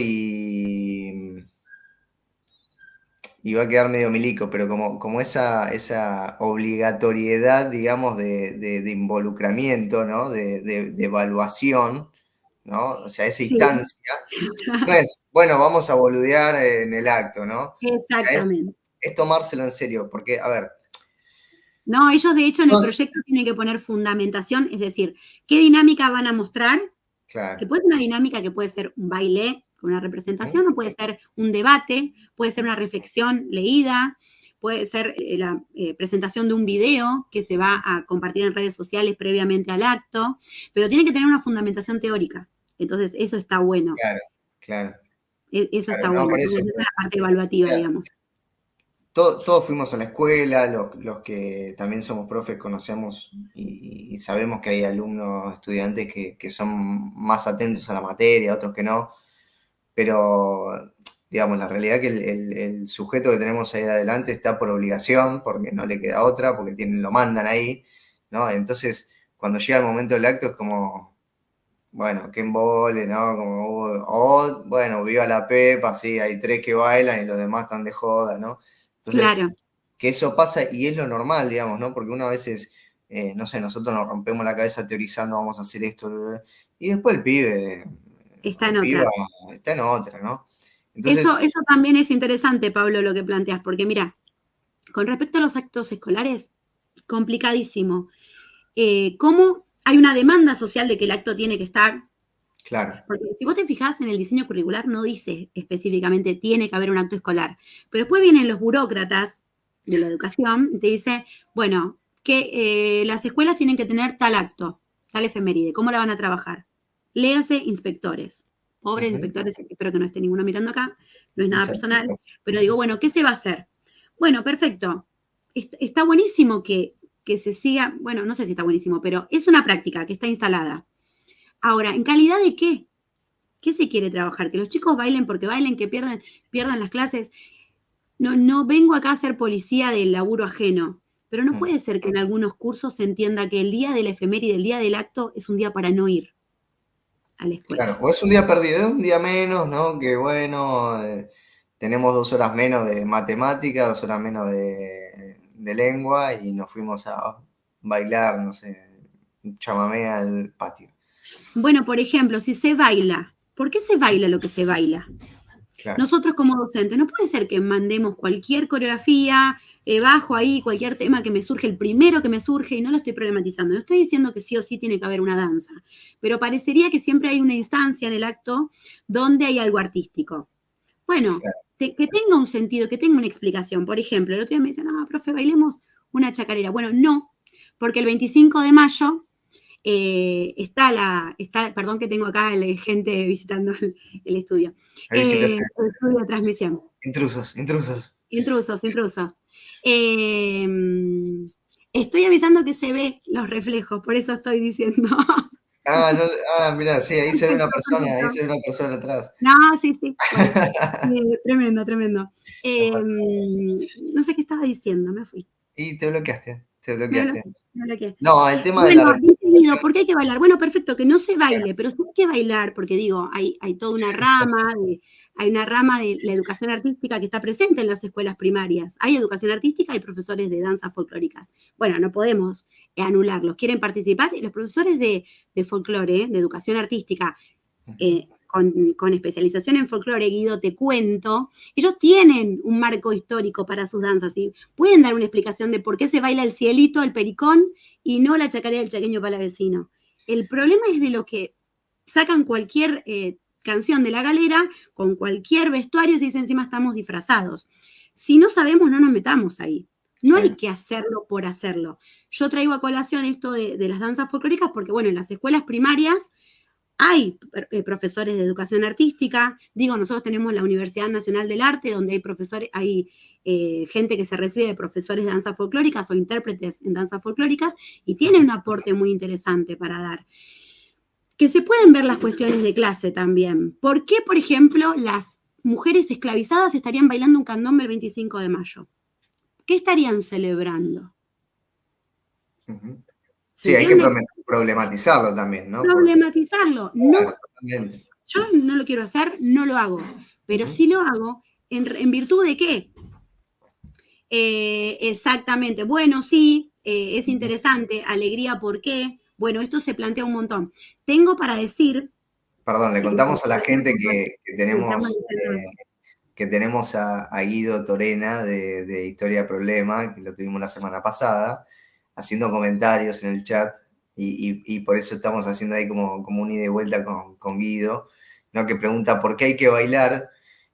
y, y va a quedar medio milico, pero como, como esa, esa obligatoriedad, digamos, de, de, de involucramiento, ¿no? De, de, de evaluación, ¿no? O sea, esa instancia. Sí. No es, bueno, vamos a boludear en el acto, ¿no? Exactamente. O sea, es, es tomárselo en serio, porque, a ver, no, ellos de hecho en el proyecto tienen que poner fundamentación, es decir, ¿qué dinámica van a mostrar? Claro. Que puede ser una dinámica que puede ser un baile con una representación, ¿sí? O puede ser un debate, puede ser una reflexión leída, puede ser la eh, presentación de un video que se va a compartir en redes sociales previamente al acto, pero tiene que tener una fundamentación teórica. Entonces, eso está bueno. Claro, claro. Eso claro, está no, bueno. Eso, esa es la parte evaluativa, claro. Digamos. Todos, todos fuimos a la escuela, los, los que también somos profes conocemos y, y sabemos que hay alumnos, estudiantes que, que son más atentos a la materia, otros que no, pero digamos, la realidad es que el, el, el sujeto que tenemos ahí adelante está por obligación, porque no le queda otra, porque tienen, lo mandan ahí, ¿no? Entonces, cuando llega el momento del acto es como, bueno, que embole, ¿no? Como, o, oh, bueno, viva la Pepa, sí, hay tres que bailan y los demás están de joda, ¿no? Entonces, claro. Que eso pasa y es lo normal, digamos, ¿no? Porque uno a veces, eh, no sé, nosotros nos rompemos la cabeza teorizando, vamos a hacer esto, y después el pibe está en otra. Piba, está en otra, ¿no? Entonces, eso, eso también es interesante, Pablo, lo que planteas, porque mira, con respecto a los actos escolares, complicadísimo. Eh, ¿Cómo hay una demanda social de que el acto tiene que estar? Claro. Porque si vos te fijás en el diseño curricular, no dice específicamente tiene que haber un acto escolar. Pero después vienen los burócratas de la educación y te dice, bueno, que eh, las escuelas tienen que tener tal acto, tal efeméride. ¿Cómo la van a trabajar? Léase inspectores. Pobres uh-huh. inspectores, espero que no esté ninguno mirando acá, no es nada Exacto. personal. Pero digo, bueno, ¿qué se va a hacer? Bueno, perfecto. Está buenísimo que, que se siga, bueno, no sé si está buenísimo, pero es una práctica que está instalada. Ahora, ¿en calidad de qué? ¿Qué se quiere trabajar? ¿Que los chicos bailen porque bailen, que pierdan, pierdan las clases? No, no vengo acá a ser policía del laburo ajeno, pero no puede ser que en algunos cursos se entienda que el día del efeméride, el día del acto, es un día para no ir a la escuela. Claro, o es un día perdido, es un día menos, ¿no? Que bueno, eh, tenemos dos horas menos de matemática, dos horas menos de, de lengua y nos fuimos a bailar, no sé, chamamé al patio. Bueno, por ejemplo, si se baila, ¿por qué se baila lo que se baila? Claro. Nosotros como docentes, no puede ser que mandemos cualquier coreografía, eh, bajo ahí cualquier tema que me surge, el primero que me surge, y no lo estoy problematizando, no estoy diciendo que sí o sí tiene que haber una danza, pero parecería que siempre hay una instancia en el acto donde hay algo artístico. Bueno, Claro. te- que tenga un sentido, que tenga una explicación. Por ejemplo, el otro día me dicen, no, profe, bailemos una chacarera. Bueno, no, porque el veinticinco de mayo eh, está la, está, perdón que tengo acá el- gente visitando el, el estudio, Hay visitas, eh, el estudio de transmisión. intrusos, intrusos. Intrusos, intrusos. Eh, estoy avisando que se ve los reflejos, por eso estoy diciendo. Ah, no, ah, mirá, sí, ahí se ve una Perfecto, persona, ahí se perfecto. ve una persona atrás. No, sí, sí. Bueno, eh, tremendo, tremendo. Eh, no sé qué estaba diciendo, me fui. Y te bloqueaste, te Me bloqueaste. bloqueé, me bloqueé. No, el tema de Bueno, la dice Guido, representación. ¿por qué hay que bailar? Bueno, perfecto, que no se baile, pero sí hay que bailar, porque digo, hay, hay toda una rama, de, hay una rama de la educación artística que está presente en las escuelas primarias. Hay educación artística y profesores de danzas folclóricas. Bueno, no podemos anularlos. ¿Quieren participar? Y los profesores de, de folclore, de educación artística, eh, con, con, especialización en folclore, Guido, te cuento, ellos tienen un marco histórico para sus danzas y pueden dar una explicación de por qué se baila el cielito, el pericón y no la chacarera del chaqueño palavecino. El problema es de lo que sacan cualquier eh, canción de la galera con cualquier vestuario y dicen encima estamos disfrazados. Si no sabemos, no nos metamos ahí. No sí. hay que hacerlo por hacerlo. Yo traigo a colación esto de, de las danzas folclóricas porque, bueno, en las escuelas primarias hay eh, profesores de educación artística, digo, nosotros tenemos la Universidad Nacional del Arte, donde hay profesores, hay eh, gente que se recibe de profesores de danzas folclóricas o intérpretes en danzas folclóricas, y tiene un aporte muy interesante para dar. Que se pueden ver las cuestiones de clase también. ¿Por qué, por ejemplo, las mujeres esclavizadas estarían bailando un candombe el veinticinco de mayo? ¿Qué estarían celebrando? Uh-huh. ¿Se sí, hay que entiende? problematizarlo también, ¿no? Problematizarlo. Porque, No, claro, totalmente. yo no lo quiero hacer, no lo hago. Pero uh-huh. sí lo hago en, en virtud de qué. Eh, exactamente. Bueno, sí, eh, es interesante. Alegría, ¿por qué? Bueno, esto se plantea un montón. Tengo para decir... Perdón, le sí, contamos a la gente que, que tenemos, eh, que tenemos a, a Guido Torena de, de Historia Problema, que lo tuvimos la semana pasada, haciendo comentarios en el chat, y, y, y por eso estamos haciendo ahí como, como un ida y vuelta con, con Guido, ¿no? Que pregunta por qué hay que bailar,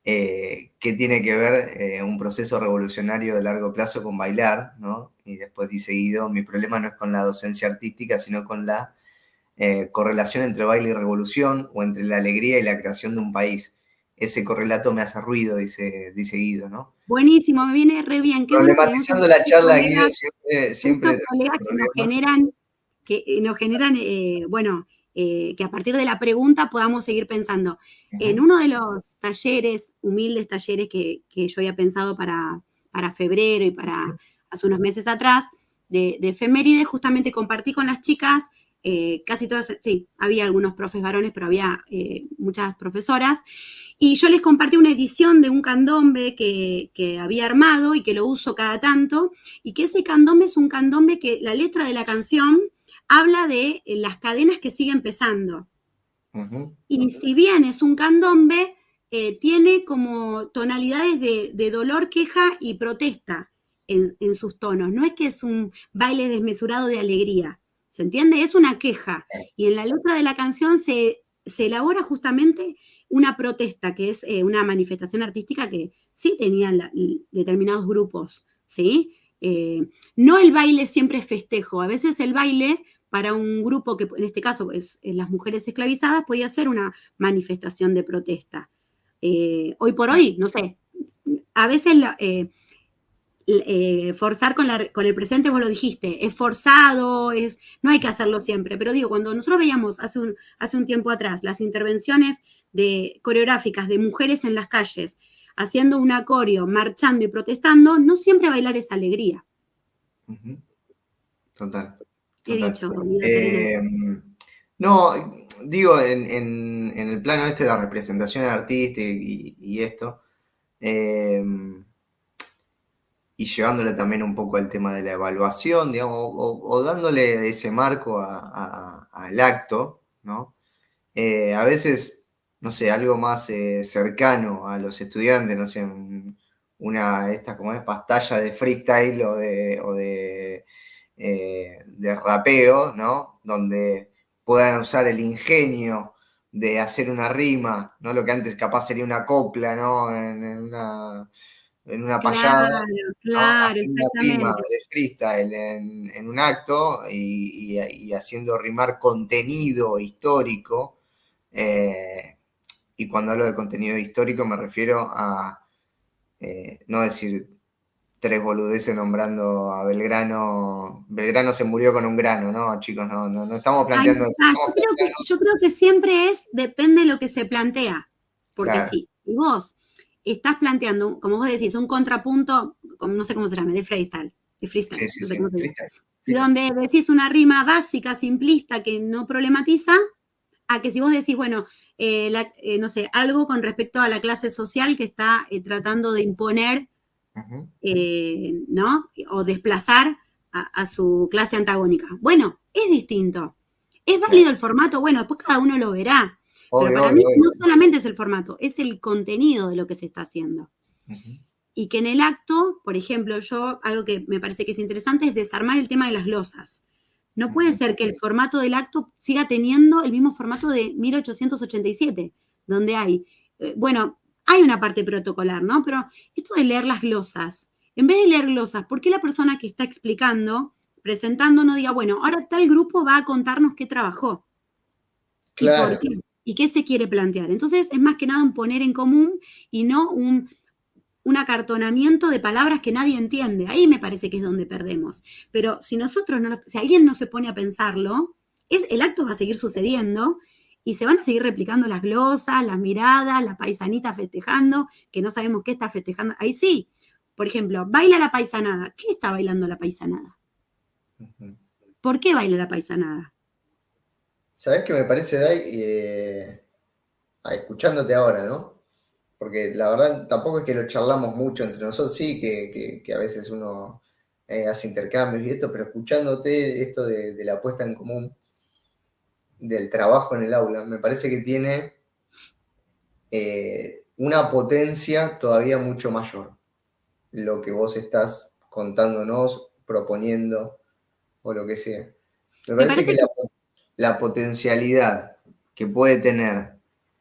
eh, qué tiene que ver eh, un proceso revolucionario de largo plazo con bailar, ¿no? Y después dice Guido, mi problema no es con la docencia artística, sino con la Eh, correlación entre baile y revolución o entre la alegría y la creación de un país. Ese correlato me hace ruido, dice, dice Guido, ¿no? Buenísimo, me viene re bien. Qué bueno que tenemos Problematizando la charla, colegas, Guido, siempre, siempre estos colegas que nos generan, que nos generan, eh, bueno, eh, que a partir de la pregunta podamos seguir pensando. Uh-huh. En uno de los talleres, humildes talleres que, que yo había pensado para, para febrero y para uh-huh. hace unos meses atrás, de, de efeméride, justamente compartí con las chicas. Eh, casi todas, sí, había algunos profes varones, pero había eh, muchas profesoras, y yo les compartí una edición de un candombe que, que había armado y que lo uso cada tanto, y que ese candombe es un candombe que la letra de la canción habla de eh, las cadenas que siguen pesando. Uh-huh. Y si bien es un candombe, eh, tiene como tonalidades de, de dolor, queja y protesta en, en sus tonos. No es que es un baile desmesurado de alegría. ¿Se entiende? Es una queja. Y en la letra de la canción se, se elabora justamente una protesta, que es eh, una manifestación artística que sí tenían la, determinados grupos, ¿sí? Eh, no el baile siempre es festejo. A veces el baile, para un grupo que en este caso es, es las mujeres esclavizadas, podía ser una manifestación de protesta. Eh, hoy por hoy, no sé, a veces... La, eh, Eh, forzar con, la, con el presente, vos lo dijiste, es forzado, es, no hay que hacerlo siempre, pero digo, cuando nosotros veíamos hace un, hace un tiempo atrás las intervenciones de, coreográficas de mujeres en las calles, haciendo un acorio, marchando y protestando, no siempre bailar es alegría. Uh-huh. Total, total. He dicho, eh, no, digo, en, en, en el plano este de la representación artística y, y esto, eh, y llevándole también un poco al tema de la evaluación, digamos, o, o dándole ese marco a, a, al acto, ¿no? Eh, a veces, no sé, algo más eh, cercano a los estudiantes, no sé, una, esta como es, pantalla de freestyle o de, o de, eh, de rapeo, ¿no? Donde puedan usar el ingenio de hacer una rima, ¿no? Lo que antes capaz sería una copla, ¿no? En, en una, en una payada, Claro, ¿no? claro, Hacer una rima exactamente. de freestyle en, en un acto y, y, y haciendo rimar contenido histórico. Eh, y cuando hablo de contenido histórico me refiero a eh, no decir tres boludeces nombrando a Belgrano. Belgrano se murió con un grano, ¿no, chicos? No, no, no estamos Ahí planteando eso. está. Estamos Yo creo que, planteando, yo creo que siempre es, depende de lo que se plantea. Porque claro, si vos estás planteando, como vos decís, un contrapunto, como, no sé cómo se llama, de freestyle, de freestyle, sí, sí, no sé sí, cómo se llama, freestyle, y freestyle. donde decís una rima básica, simplista, que no problematiza, a que si vos decís, bueno, eh, la, eh, no sé, algo con respecto a la clase social que está eh, tratando de imponer, Uh-huh. eh, ¿no? O desplazar a, a, su clase antagónica. Bueno, es distinto. ¿Es Claro, válido el formato? Bueno, después cada uno lo verá. Pero obvio, para mí obvio, obvio. no solamente es el formato, es el contenido de lo que se está haciendo. Uh-huh. Y que en el acto, por ejemplo, yo, algo que me parece que es interesante es desarmar el tema de las glosas. No puede Uh-huh. ser que el formato del acto siga teniendo el mismo formato de mil ochocientos ochenta y siete, donde hay, eh, bueno, hay una parte protocolar, ¿no? Pero esto de leer las glosas, en vez de leer glosas, ¿por qué la persona que está explicando, presentando, no diga, bueno, ahora tal grupo va a contarnos qué trabajó y por Claro, qué y qué se quiere plantear? Entonces es más que nada un poner en común y no un un acartonamiento de palabras que nadie entiende. Ahí me parece que es donde perdemos. Pero si nosotros, no, si alguien no se pone a pensarlo, es, el acto va a seguir sucediendo y se van a seguir replicando las glosas, las miradas, la paisanita festejando, que no sabemos qué está festejando. Ahí sí, por ejemplo, baila la paisanada. ¿Qué está bailando la paisanada? uh-huh. ¿Por qué baila la paisanada? ¿Sabés qué me parece, Dai? Eh, ah, escuchándote ahora, ¿no? Porque la verdad tampoco es que lo charlamos mucho entre nosotros, sí, que, que, que a veces uno eh, hace intercambios y esto, pero escuchándote esto de, de la puesta en común, del trabajo en el aula, me parece que tiene eh, una potencia todavía mucho mayor. Lo que vos estás contándonos, proponiendo o lo que sea. Me Me parece que parece la, que la potencialidad que puede tener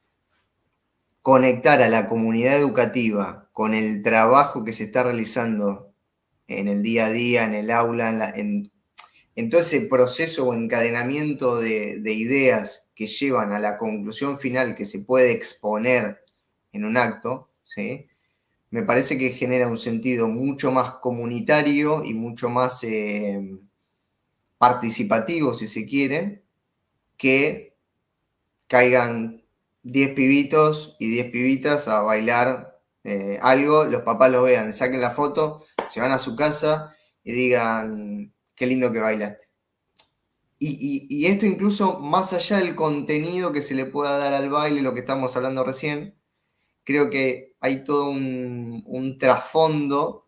conectar a la comunidad educativa con el trabajo que se está realizando en el día a día, en el aula, en, la, en, en todo ese proceso o encadenamiento de, de ideas que llevan a la conclusión final que se puede exponer en un acto, ¿sí? Me parece que genera un sentido mucho más comunitario y mucho más eh, participativo, si se quiere, que caigan diez pibitos y diez pibitas a bailar eh, algo, los papás lo vean, saquen la foto, se van a su casa y digan, qué lindo que bailaste. Y, y, y esto incluso más allá del contenido que se le pueda dar al baile, lo que estamos hablando recién, creo que hay todo un, un trasfondo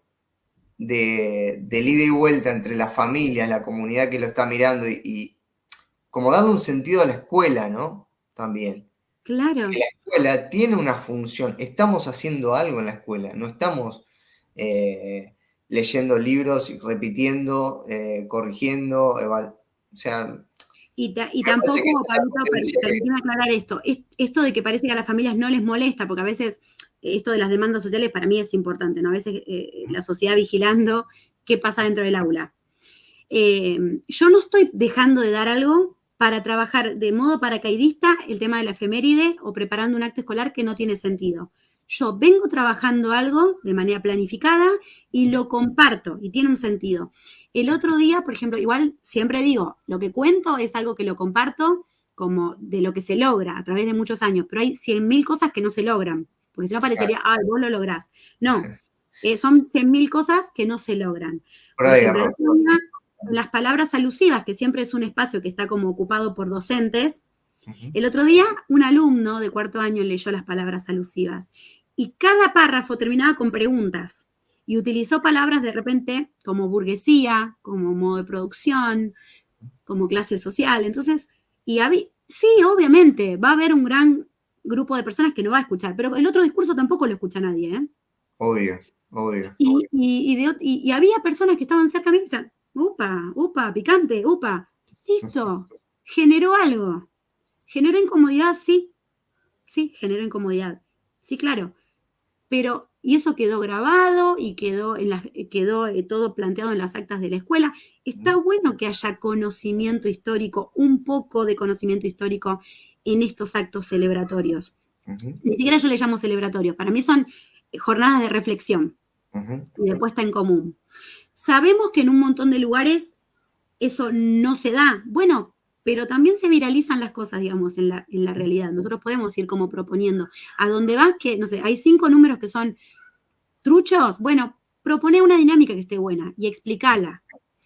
de, del ida y vuelta entre las familias, la comunidad que lo está mirando y, y como darle un sentido a la escuela, ¿no? También. claro. La escuela tiene una función, estamos haciendo algo en la escuela, no estamos eh, leyendo libros, repitiendo, eh, corrigiendo, o sea, Y, ta, y me parece que esa tampoco, es la Pablito, potencia que... permíteme aclarar esto. Es, esto de que parece que a las familias no les molesta, porque a veces esto de las demandas sociales para mí es importante, ¿no? A veces eh, la sociedad vigilando qué pasa dentro del aula. Eh, yo no estoy dejando de dar algo para trabajar de modo paracaidista el tema de la efeméride o preparando un acto escolar que no tiene sentido. Yo vengo trabajando algo de manera planificada y lo comparto y tiene un sentido. El otro día, por ejemplo, igual siempre digo, lo que cuento es algo que lo comparto como de lo que se logra a través de muchos años, pero hay cien mil cosas que no se logran, porque si no parecería, ah, vos lo lográs. No, eh, son cien mil cosas que no se logran. Por ejemplo, el otro día, las palabras alusivas, que siempre es un espacio que está como ocupado por docentes, el otro día un alumno de cuarto año leyó las palabras alusivas y cada párrafo terminaba con preguntas y utilizó palabras de repente como burguesía, como modo de producción, como clase social. Entonces, y había, sí, obviamente, va a haber un gran grupo de personas que no va a escuchar, pero el otro discurso tampoco lo escucha nadie. ¿eh? Obvio, obvio. Y, y, y, de, y, y había personas que estaban cerca de mí y decían, upa, upa, picante, upa, listo, generó algo. Generó incomodidad, sí, Sí, generó incomodidad. Sí, claro. Pero, y eso quedó grabado y quedó, en la, quedó eh, todo planteado en las actas de la escuela. Está bueno que haya conocimiento histórico, un poco de conocimiento histórico en estos actos celebratorios. Uh-huh. Ni siquiera yo le llamo celebratorios, para mí son jornadas de reflexión Uh-huh. y de puesta en común. Sabemos que en un montón de lugares eso no se da. Bueno, pero también se viralizan las cosas, digamos, en la, en la realidad. Nosotros podemos ir como proponiendo. A donde vas, que, no sé, hay cinco números que son truchos, bueno, propone una dinámica que esté buena y explícala.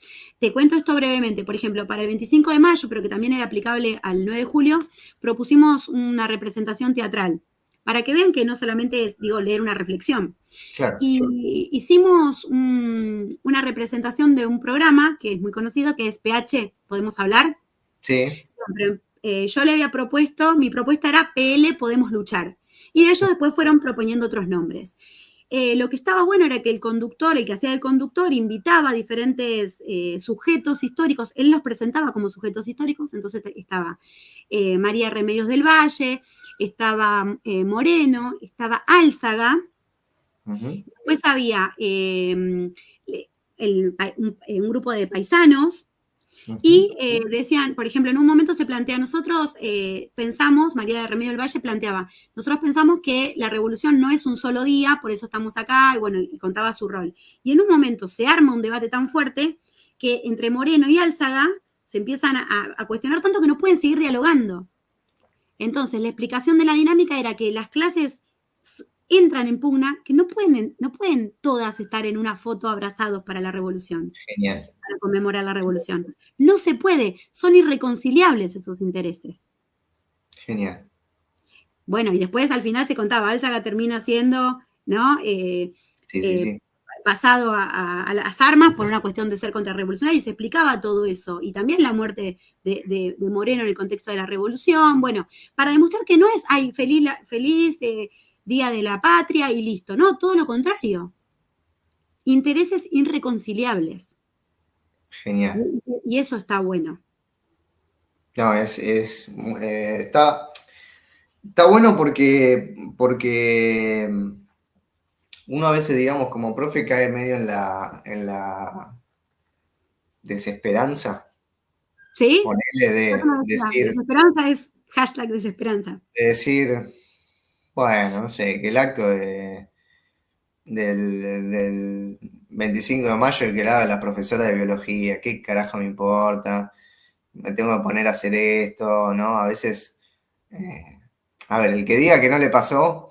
Te cuento esto brevemente. Por ejemplo, para el veinticinco de mayo, pero que también era aplicable al nueve de julio, propusimos una representación teatral, para que vean que no solamente es, digo, leer una reflexión. Claro. Y hicimos un, una representación de un programa que es muy conocido, que es P H, ¿podemos hablar? Sí. Pero, eh, yo le había propuesto, mi propuesta era P L, podemos luchar. Y ellos después fueron proponiendo otros nombres. Eh, lo que estaba bueno era que el conductor, el que hacía el conductor, invitaba a diferentes eh, sujetos históricos, él los presentaba como sujetos históricos, entonces estaba eh, María Remedios del Valle, estaba eh, Moreno, estaba Álzaga, uh-huh. Después había eh, el, un, un, grupo de paisanos, uh-huh. Y eh, decían, por ejemplo, en un momento se plantea, nosotros eh, pensamos, María de Remedio del Valle planteaba, nosotros pensamos que la revolución no es un solo día, por eso estamos acá, y bueno, y contaba su rol. Y en un momento se arma un debate tan fuerte que entre Moreno y Álzaga se empiezan a, a cuestionar tanto que no pueden seguir dialogando. Entonces, la explicación de la dinámica era que las clases entran en pugna, que no pueden, no pueden todas estar en una foto abrazados para la revolución. Genial. Para conmemorar la revolución. No se puede, son irreconciliables esos intereses. Genial. Bueno, y después al final se contaba, Álzaga termina siendo, ¿no? Eh, sí, sí, eh, sí. pasado a, a, a, las armas por una cuestión de ser contrarrevolucionario y se explicaba todo eso. Y también la muerte de, de, de Moreno en el contexto de la revolución. Bueno, para demostrar que no es, ay, feliz, feliz eh, Día de la Patria y listo. No, todo lo contrario. Intereses irreconciliables. Genial. Y, y eso está bueno. No, es, es eh, está, está bueno porque, porque uno a veces, digamos, como profe cae medio en la, en la desesperanza. ¿Sí? Ponerle de decir... Desesperanza es hashtag desesperanza. De decir, bueno, no sé, que el acto de, del, del veinticinco de mayo el que la haga la profesora de biología, ¿qué carajo me importa? Me tengo que poner a hacer esto, ¿no? A veces, eh, a ver, el que diga que no le pasó,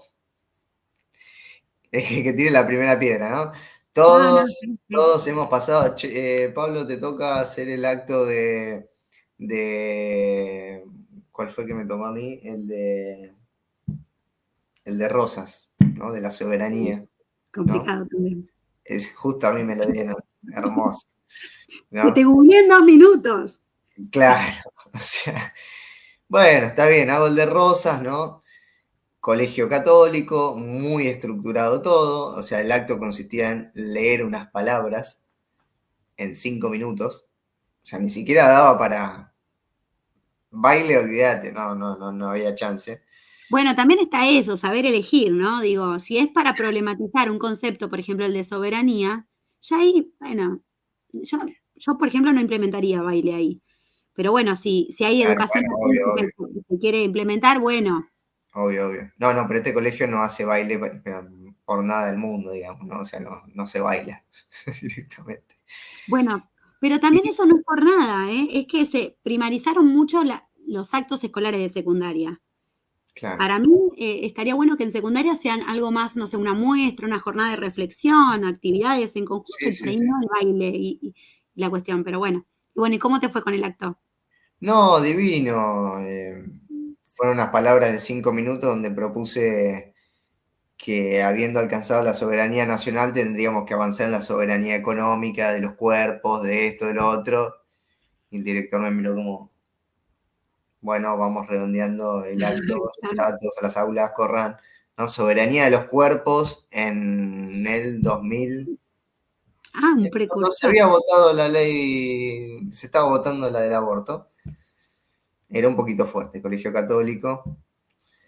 es que, que tire la primera piedra, ¿no? Todos, no, no, sí, sí. todos hemos pasado, che, eh, Pablo, te toca hacer el acto de, de, ¿cuál fue el que me tocó a mí? El de, el de Rosas, ¿no? De la soberanía. Complicado, ¿no? También. Es, justo a mí me lo dieron, hermoso. ¿No? Que te googleé en dos minutos. Claro, o sea, bueno, está bien, hago el de Rosas, ¿no? Colegio católico, muy estructurado todo, o sea, el acto consistía en leer unas palabras en cinco minutos, o sea, ni siquiera daba para baile, olvídate, no, no, no, no había chance. Bueno, también está eso, saber elegir, ¿no? Digo, si es para problematizar un concepto, por ejemplo, el de soberanía, ya ahí, bueno, yo, yo por ejemplo, no implementaría baile ahí. Pero bueno, si, si hay claro, educación bueno, obvio, obvio. que se quiere implementar, bueno. Obvio, obvio. No, no, pero este colegio no hace baile por nada del mundo, digamos, ¿no? O sea, no, no se baila directamente. Bueno, pero también y, eso no es por nada, ¿eh? Es que se primarizaron mucho la, los actos escolares de secundaria. Claro. Para mí eh, estaría bueno que en secundaria sean algo más, no sé, una muestra, una jornada de reflexión, actividades en conjunto, sí, y por sí, ahí sí. No el baile y, y la cuestión, pero bueno. Y bueno, ¿y cómo te fue con el acto? No, divino. Eh, fueron unas palabras de cinco minutos donde propuse que habiendo alcanzado la soberanía nacional tendríamos que avanzar en la soberanía económica, de los cuerpos, de esto, de lo otro. Y el director me miró como, bueno, vamos redondeando el acto, ya todos a las aulas, corran. ¿No? Soberanía de los cuerpos en el dos mil. Ah, un precursor. No se había votado la ley, se estaba votando la del aborto. Era un poquito fuerte, colegio católico.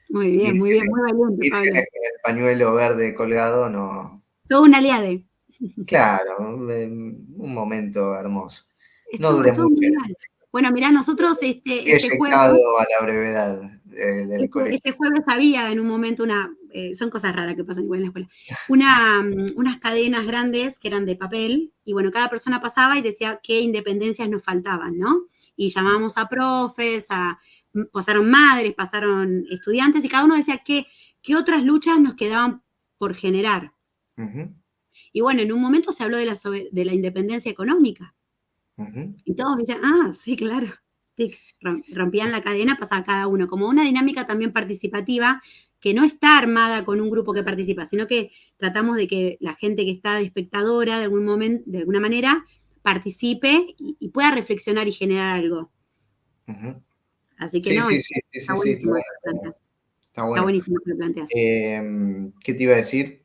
Muy bien, muy bien, muy valiente, Pablo. Vírgenes con el pañuelo verde colgado, no. Todo un aliade. Claro, un, un momento hermoso. No Estuvo, dure estuvo mucho. muy mal. Bueno, mirá, nosotros este, He este jueves, llegado a la brevedad de- del este, colegio. este jueves había en un momento una, eh, son cosas raras que pasan igual en la escuela, una, mm, unas cadenas grandes que eran de papel, y bueno, cada persona pasaba y decía qué independencias nos faltaban, ¿no? Y llamábamos a profes, a, pasaron madres, pasaron estudiantes, y cada uno decía qué, qué otras luchas nos quedaban por generar. Ujú, Y bueno, en un momento se habló de la, de la independencia económica. ujú. Y todos dicen, ah, sí, claro. Tic, rompían la cadena, pasaba cada uno. Como una dinámica también participativa que no está armada con un grupo que participa, sino que tratamos de que la gente que está de espectadora de, algún momento, de alguna manera participe y, y pueda reflexionar y generar algo. Ujú. Así que Sí, no, sí, es, sí, sí, está sí, sí, está buenísimo bueno, lo que está bueno. planteas. Está Está bueno. buenísimo lo que planteas. Eh, ¿qué te iba a decir?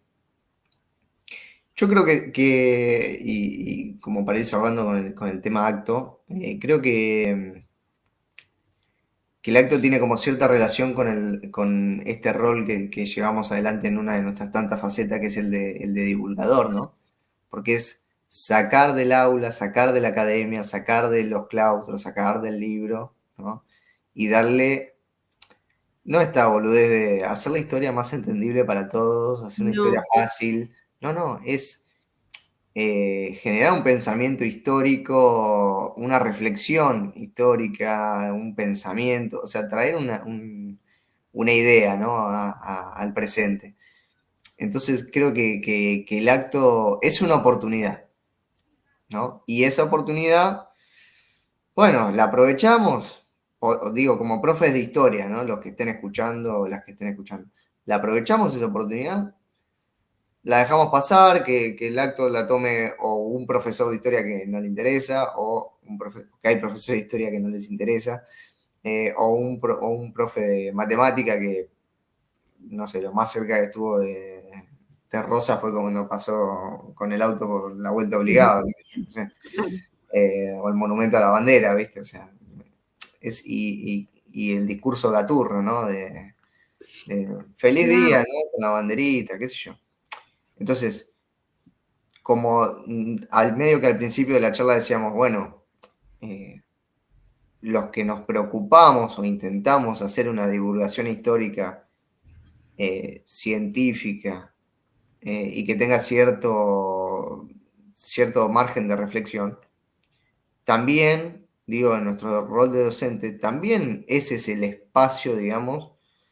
Yo creo que, que y, y como para ir cerrando con el, con el tema acto, eh, creo que, que el acto tiene como cierta relación con, el, con este rol que, que llevamos adelante en una de nuestras tantas facetas, que es el de, el de divulgador, ¿no? Porque es sacar del aula, sacar de la academia, sacar de los claustros, sacar del libro, ¿no? Y darle, no esta boludez de hacer la historia más entendible para todos, hacer una historia No, fácil, no, no, es eh, generar un pensamiento histórico, una reflexión histórica, un pensamiento, o sea, traer una, un, una idea, ¿no? a, a, al presente. Entonces creo que, que, que el acto es una oportunidad, ¿no? Y esa oportunidad, bueno, la aprovechamos, o, digo, como profes de historia, ¿no? Los que estén escuchando, o las que estén escuchando. ¿La aprovechamos esa oportunidad? ¿La dejamos pasar, que, que el acto la tome o un profesor de historia que no le interesa, o un profe, que hay profesores de historia que no les interesa, eh, o, un, o un profe de matemática que, no sé, lo más cerca que estuvo de, de Rosa fue cuando pasó con el auto por la vuelta obligada, no sé, claro. eh, o el monumento a la bandera, ¿viste? O sea, es, y, y, y el discurso gaturro, ¿no? De, de feliz No, día, ¿no? Con la banderita, qué sé yo. Entonces, como mm, al medio que al principio de la charla decíamos, bueno, eh, los que nos preocupamos o intentamos hacer una divulgación histórica eh, científica eh, y que tenga cierto, cierto margen de reflexión, también, digo, en nuestro rol de docente, también ese es el espacio, digamos,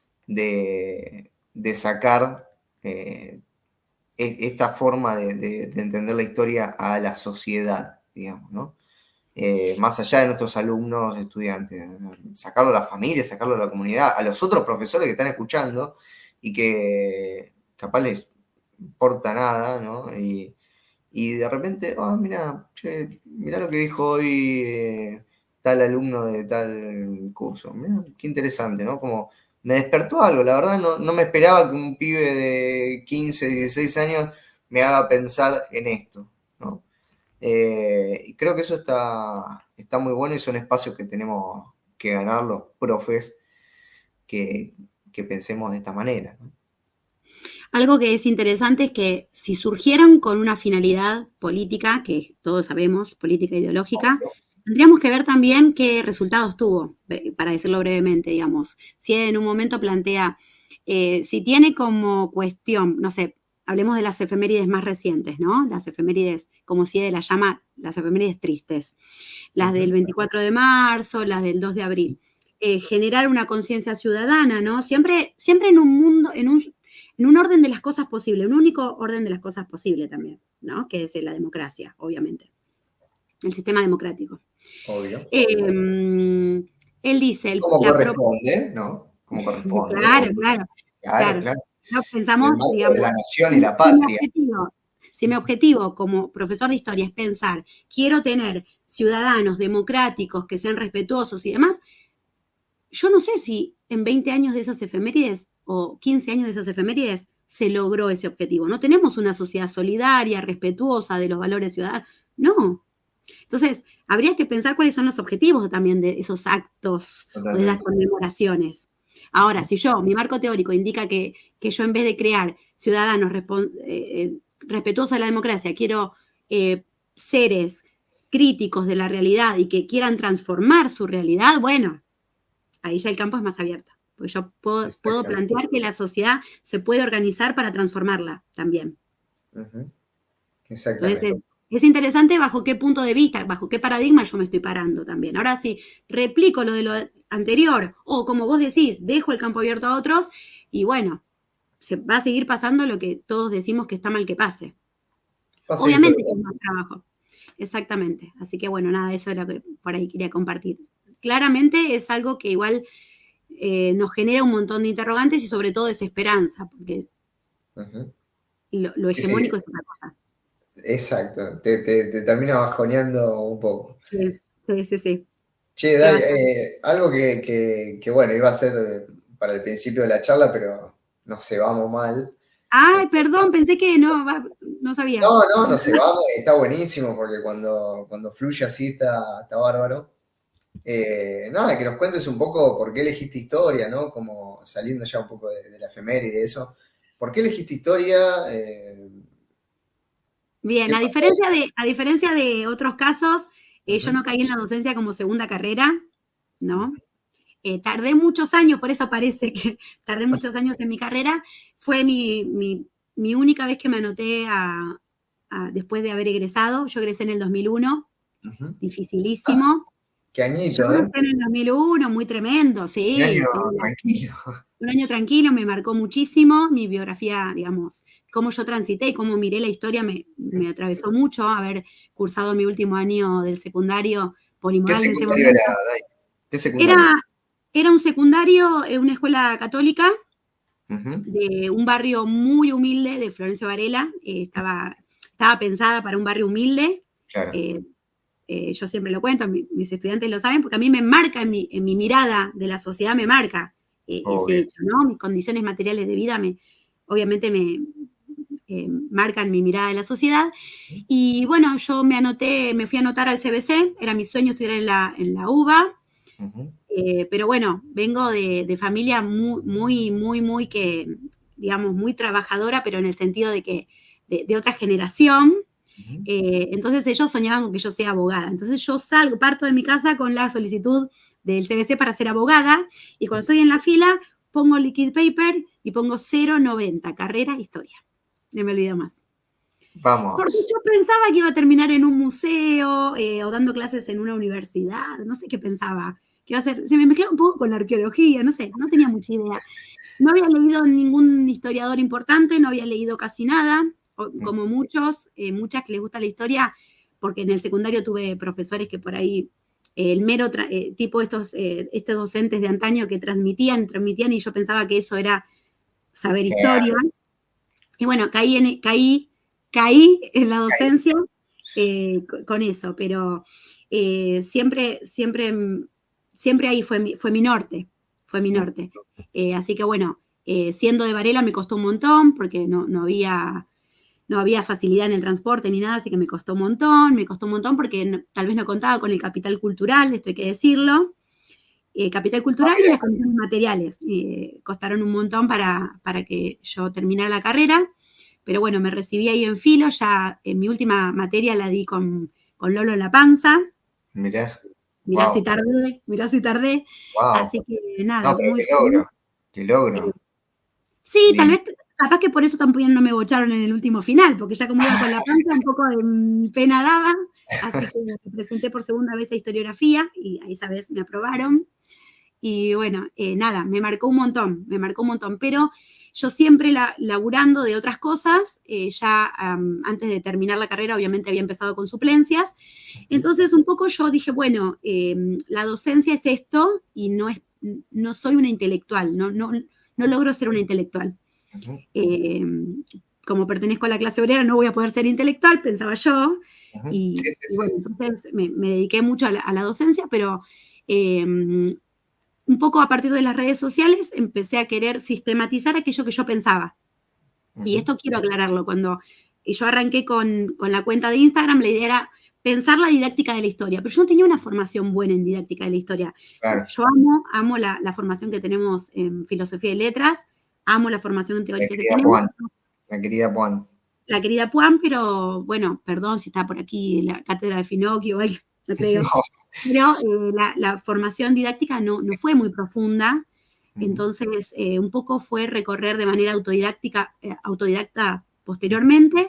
de, de sacar eh, esta forma de, de, de entender la historia a la sociedad, digamos, ¿no? Eh, más allá de nuestros alumnos, estudiantes, sacarlo a la familia, sacarlo a la comunidad, a los otros profesores que están escuchando y que capaz les importa nada, ¿no? Y, y de repente, ah, oh, mira, che, mirá lo que dijo hoy eh, tal alumno de tal curso, mirá, qué interesante, ¿no? Como me despertó algo, la verdad no, no me esperaba que un pibe de quince, dieciséis años me haga pensar en esto, ¿no? Eh, y creo que eso está, está muy bueno y son espacios que tenemos que ganar los profes que, que pensemos de esta manera, ¿no? algo que es interesante es que si surgieron con una finalidad política, que todos sabemos, política ideológica, tendríamos que ver también qué resultados tuvo, para decirlo brevemente, digamos. Si en un momento plantea, eh, si tiene como cuestión, no sé, hablemos de las efemérides más recientes, ¿no? Las efemérides, como si las llama, las efemérides tristes, las Uh-huh. del veinticuatro de marzo, las del dos de abril. Eh, generar una conciencia ciudadana, ¿no? Siempre, siempre en un mundo, en un, en un orden de las cosas posibles, un único orden de las cosas posible también, ¿no? Que es la democracia, obviamente, el sistema democrático. Obvio. Eh, él dice, el, ¿Cómo la pro... corresponde, no? ¿Cómo corresponde? Claro, Obvio. claro, Claro, claro. claro. No En pensamos, el marco digamos, de la nación y si, la si mi patria. objetivo, si mi objetivo como profesor de historia es pensar, quiero tener ciudadanos democráticos que sean respetuosos y demás, yo no sé si en veinte años de esas efemérides o quince años de esas efemérides se logró ese objetivo. No tenemos una sociedad solidaria, respetuosa de los valores ciudadanos. No. Entonces, habría que pensar cuáles son los objetivos también de esos actos o de esas Totalmente. conmemoraciones. Ahora, si yo, mi marco teórico indica que, que yo en vez de crear ciudadanos eh, respetuosos de la democracia, quiero eh, seres críticos de la realidad y que quieran transformar su realidad, bueno, ahí ya el campo es más abierto. Porque yo puedo, puedo plantear que la sociedad se puede organizar para transformarla también. Uh-huh. Exactamente. Entonces, es interesante bajo qué punto de vista, bajo qué paradigma yo me estoy parando también. Ahora sí, replico lo de lo anterior, o como vos decís, dejo el campo abierto a otros, y bueno, se va a seguir pasando lo que todos decimos que está mal que pase. Obviamente que es más trabajo. Exactamente. Así que bueno, nada, eso era lo que por ahí quería compartir. Claramente es algo que igual eh, nos genera un montón de interrogantes y sobre todo desesperanza, porque uh-huh. lo, lo hegemónico sí, sí. es una cosa. Exacto, te, te, te termina bajoneando un poco. Sí, sí, sí, sí. Che, Dai, eh, algo que, que, que, bueno, iba a ser para el principio de la charla, pero no sé, vamos mal. Ay, perdón, pensé que no, no sabía. No, no, no se vamos, está buenísimo, porque cuando, cuando fluye así está, está bárbaro. Eh, nada, que nos cuentes un poco por qué elegiste historia, ¿no? Como saliendo ya un poco de, de la efeméride y de eso. ¿Por qué elegiste historia? Eh, Bien, a diferencia, de, a diferencia de otros casos, eh, uh-huh. yo no caí en la docencia como segunda carrera, ¿no? Eh, tardé muchos años, por eso parece que tardé muchos años en mi carrera. Fue mi, mi, mi única vez que me anoté a, a, después de haber egresado. Yo egresé en el dos mil uno, uh-huh. dificilísimo. Ah, qué añito, Yo egresé ¿eh? en el dos mil uno, muy tremendo, sí. Un año tranquilo. Un año tranquilo, me marcó muchísimo. Mi biografía, digamos, cómo yo transité y cómo miré la historia me, me atravesó mucho. Haber cursado mi último año del secundario polimoral ¿Qué en ese momento. Era, ¿Qué secundario? Era, era un secundario, una escuela católica, uh-huh. de un barrio muy humilde de Florencio Varela. Eh, estaba, estaba pensada para un barrio humilde. Claro. Eh, eh, yo siempre lo cuento, mi, mis estudiantes lo saben, porque a mí me marca, en mi, en mi mirada de la sociedad me marca eh, ese hecho, ¿no? Mis condiciones materiales de vida me, obviamente me eh, marcan mi mirada de la sociedad. Y bueno, yo me anoté, me fui a anotar al C B C, era mi sueño estudiar en la, en la U B A. Uh-huh. Eh, pero bueno, vengo de, de familia muy, muy, muy, muy que, digamos, muy trabajadora, pero en el sentido de que, de, de otra generación. Uh-huh. Eh, entonces ellos soñaban con que yo sea abogada. Entonces yo salgo, parto de mi casa con la solicitud del C B C para ser abogada, y cuando estoy en la fila, pongo liquid paper y pongo cero noventa, carrera, historia. No me olvido más. Vamos. Porque yo pensaba que iba a terminar en un museo eh, o dando clases en una universidad, no sé qué pensaba. Que iba a ser, se me mezclaba un poco con la arqueología, no sé, no tenía mucha idea. No había leído ningún historiador importante, no había leído casi nada, como muchos, eh, muchas que les gusta la historia, porque en el secundario tuve profesores que por ahí, eh, el mero tra- eh, tipo estos, eh, estos docentes de antaño que transmitían, transmitían, y yo pensaba que eso era saber historia. Y bueno, caí en, caí, caí en la docencia eh, con eso, pero eh, siempre, siempre... Siempre ahí fue mi, fue mi norte, fue mi norte. Eh, así que bueno, eh, siendo de Varela me costó un montón, porque no, no, había, no había facilidad en el transporte ni nada, así que me costó un montón, me costó un montón porque no, tal vez no contaba con el capital cultural, esto hay que decirlo. Eh, capital cultural y las condiciones materiales. Eh, costaron un montón para, para que yo terminara la carrera, pero bueno, me recibí ahí en filo, ya en mi última materia la di con, con Lolo en la panza. Mirá. Mirá Wow. si tardé, mirá si tardé. Wow. Así que nada. No, pero muy qué logro, qué logro. Eh, sí, Bien. Tal vez, capaz que por eso también no me bocharon en el último final, porque ya como iba con la panza, un poco de pena daba. Así que me presenté por segunda vez a historiografía y a esa vez me aprobaron. Y bueno, eh, nada, me marcó un montón, me marcó un montón. Pero yo siempre la, laburando de otras cosas, eh, ya um, antes de terminar la carrera, obviamente había empezado con suplencias. Entonces, un poco yo dije, bueno, eh, la docencia es esto y no, es, no soy una intelectual, no, no, no logro ser una intelectual. Uh-huh. Eh, como pertenezco a la clase obrera, no voy a poder ser intelectual, pensaba yo. Uh-huh. Y, sí, sí, sí. y bueno, entonces me, me dediqué mucho a la, a la docencia, pero eh, un poco a partir de las redes sociales empecé a querer sistematizar aquello que yo pensaba. Uh-huh. Y esto quiero aclararlo. Cuando yo arranqué con, con la cuenta de Instagram, la idea era pensar la didáctica de la historia, pero yo no tenía una formación buena en didáctica de la historia. Claro. Yo amo, amo la, la formación que tenemos en filosofía y letras, amo la formación teórica que tenemos. Juan, la querida Juan. La querida Puan, pero bueno, perdón si está por aquí la cátedra de Finocchio, no creo. No. Pero eh, la, la, formación didáctica no, no fue muy profunda, uh-huh. Entonces eh, un poco fue recorrer de manera autodidáctica, eh, autodidacta posteriormente,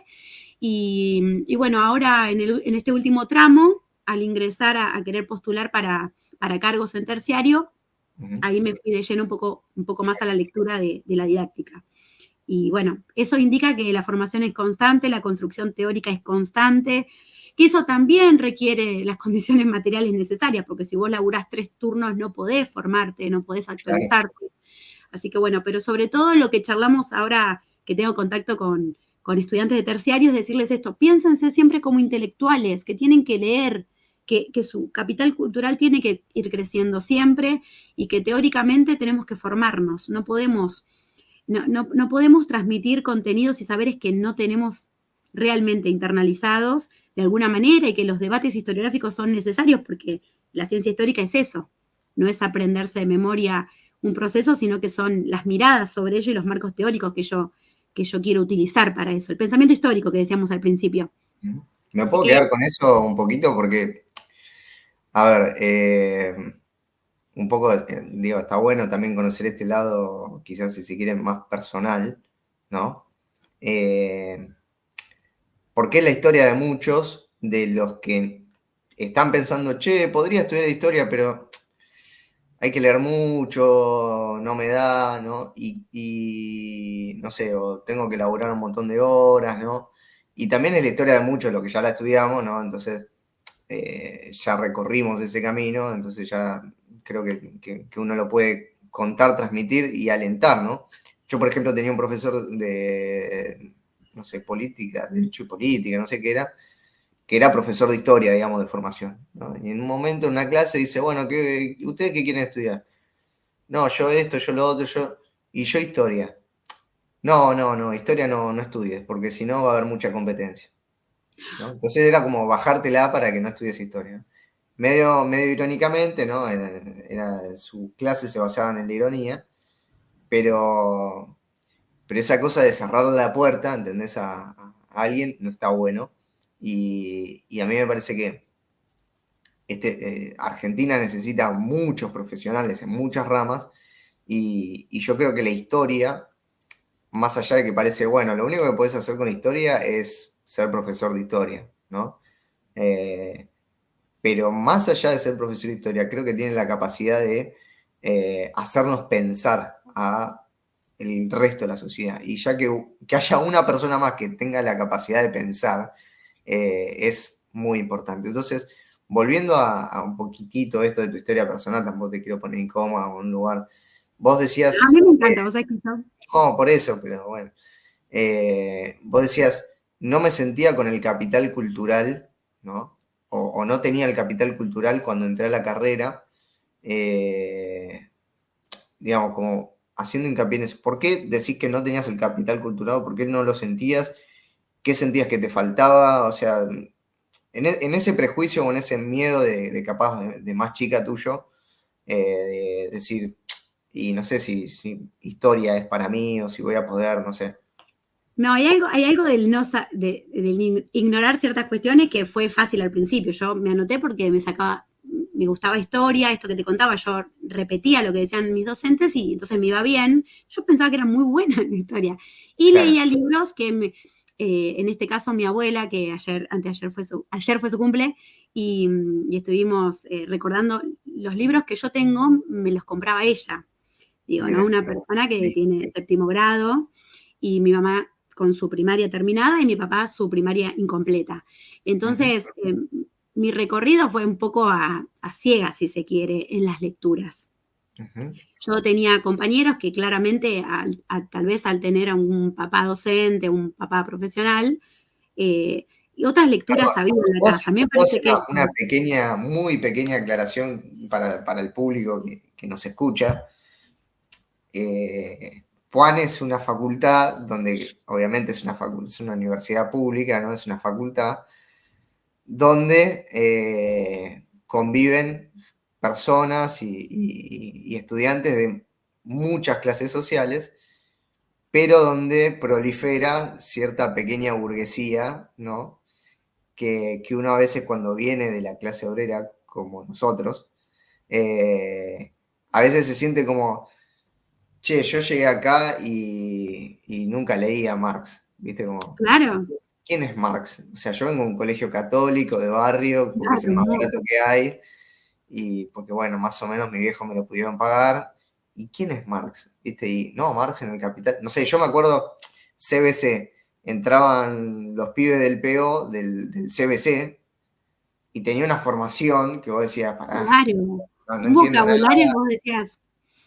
y, y bueno, ahora en, el, en este último tramo, al ingresar a, a querer postular para, para cargos en terciario, uh-huh. Ahí me fui de lleno un poco, un poco más a la lectura de, de la didáctica. Y bueno, eso indica que la formación es constante, la construcción teórica es constante, que eso también requiere las condiciones materiales necesarias, porque si vos laburás tres turnos no podés formarte, no podés actualizarte. Claro. Así que bueno, pero sobre todo lo que charlamos ahora que tengo contacto con, con estudiantes de terciario es decirles esto, piénsense siempre como intelectuales, que tienen que leer, que, que su capital cultural tiene que ir creciendo siempre y que teóricamente tenemos que formarnos, no podemos... No, no, no podemos transmitir contenidos y saberes que no tenemos realmente internalizados de alguna manera, y que los debates historiográficos son necesarios porque la ciencia histórica es eso, no es aprenderse de memoria un proceso, sino que son las miradas sobre ello y los marcos teóricos que yo, que yo quiero utilizar para eso, el pensamiento histórico que decíamos al principio. Me Así puedo que, quedar con eso un poquito porque, a ver, eh, un poco, eh, digo, está bueno también conocer este lado, quizás si se quiere, más personal, ¿no? Eh, porque es la historia de muchos de los que están pensando, che, podría estudiar historia, pero hay que leer mucho, no me da, ¿no? Y, y no sé, o tengo que laburar un montón de horas, ¿no? Y también es la historia de muchos, los que ya la estudiamos, ¿no? Entonces, eh, ya recorrimos ese camino, entonces ya creo que, que, que uno lo puede contar, transmitir y alentar, ¿no? Yo, por ejemplo, tenía un profesor de, no sé, política, derecho y política, no sé qué era, que era profesor de historia, digamos, de formación, ¿no? Y en un momento en una clase dice, bueno, ¿qué, ¿ustedes qué quieren estudiar? No, yo esto, yo lo otro, yo... Y yo historia. No, no, no, historia no, no estudies, porque si no va a haber mucha competencia, ¿no? Entonces era como bajártela para que no estudies historia. Medio, medio irónicamente, ¿no? Era, era, sus clases se basaban en la ironía, pero, pero esa cosa de cerrar la puerta, ¿entendés? A, a alguien no está bueno. Y, y a mí me parece que este, eh, Argentina necesita muchos profesionales en muchas ramas, y, y yo creo que la historia, más allá de que parece, bueno, lo único que podés hacer con la historia es ser profesor de historia, ¿no? Eh, pero más allá de ser profesor de historia, creo que tiene la capacidad de eh, hacernos pensar a el resto de la sociedad. Y ya que, que haya una persona más que tenga la capacidad de pensar, eh, es muy importante. Entonces, volviendo a, a un poquitito esto de tu historia personal, tampoco te quiero poner incómoda o en un lugar. Vos decías... A mí me encanta, eh, vos sabés que yo... No, por eso, pero bueno. Eh, vos decías, no me sentía con el capital cultural, ¿no? O, o no tenía el capital cultural cuando entré a la carrera. Eh, digamos, como haciendo hincapié en eso. ¿Por qué decís que no tenías el capital cultural? ¿Por qué no lo sentías? ¿Qué sentías que te faltaba? O sea, en, e, en ese prejuicio o en ese miedo de, de capaz de, de más chica tuyo, eh, de decir, y no sé si, si historia es para mí o si voy a poder, no sé. No, hay algo, hay algo del, no, de, del ignorar ciertas cuestiones que fue fácil al principio. Yo me anoté porque me sacaba, me gustaba historia, esto que te contaba, yo repetía lo que decían mis docentes y entonces me iba bien. Yo pensaba que era muy buena en historia. Y claro, leía libros que, me, eh, en este caso, mi abuela, que ayer, anteayer fue su, ayer fue su cumple, y, y estuvimos eh, recordando los libros que yo tengo, me los compraba ella. Digo, ¿no? Una persona que tiene séptimo grado y mi mamá con su primaria terminada y mi papá su primaria incompleta. Entonces, uh-huh. eh, mi recorrido fue un poco a, a ciegas, si se quiere, en las lecturas. Uh-huh. Yo tenía compañeros que claramente, a, a, tal vez al tener a un papá docente, un papá profesional, eh, y otras lecturas Claro, había en la casa. A mí me parece que una, es... una pequeña, muy pequeña aclaración para, para el público que, que nos escucha. Eh, Puan es una facultad donde, obviamente, es una, facu- es una universidad pública, ¿no? Es una facultad, donde eh, conviven personas y, y, y estudiantes de muchas clases sociales, pero donde prolifera cierta pequeña burguesía, ¿no? Que, que uno a veces cuando viene de la clase obrera, como nosotros, eh, a veces se siente como, che, yo llegué acá y, y nunca leí a Marx, ¿viste? Como, Claro, ¿quién es Marx? O sea, yo vengo de un colegio católico de barrio, porque es el más claro. barato que hay, y porque, bueno, más o menos mi viejo me lo pudieron pagar. ¿Y quién es Marx? ¿Viste? Y no, Marx en el Capital. No sé, yo me acuerdo, C B C, entraban los pibes del P O, del, del C B C, y tenía una formación que vos decías, pará, Claro. no, no Un entiendo nada. vocabulario que vos decías,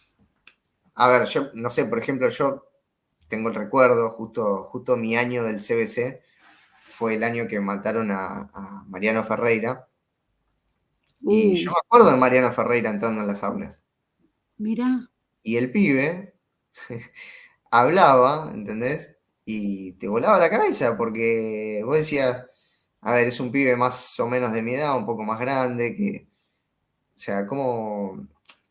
A ver, yo no sé, por ejemplo, yo tengo el recuerdo, justo, justo mi año del C B C fue el año que mataron a, a Mariano Ferreira. Y uh, yo me acuerdo de Mariano Ferreira entrando en las aulas. mirá, Y el pibe hablaba, ¿entendés? Y te volaba la cabeza porque vos decías, a ver, es un pibe más o menos de mi edad, un poco más grande, que, o sea, ¿cómo,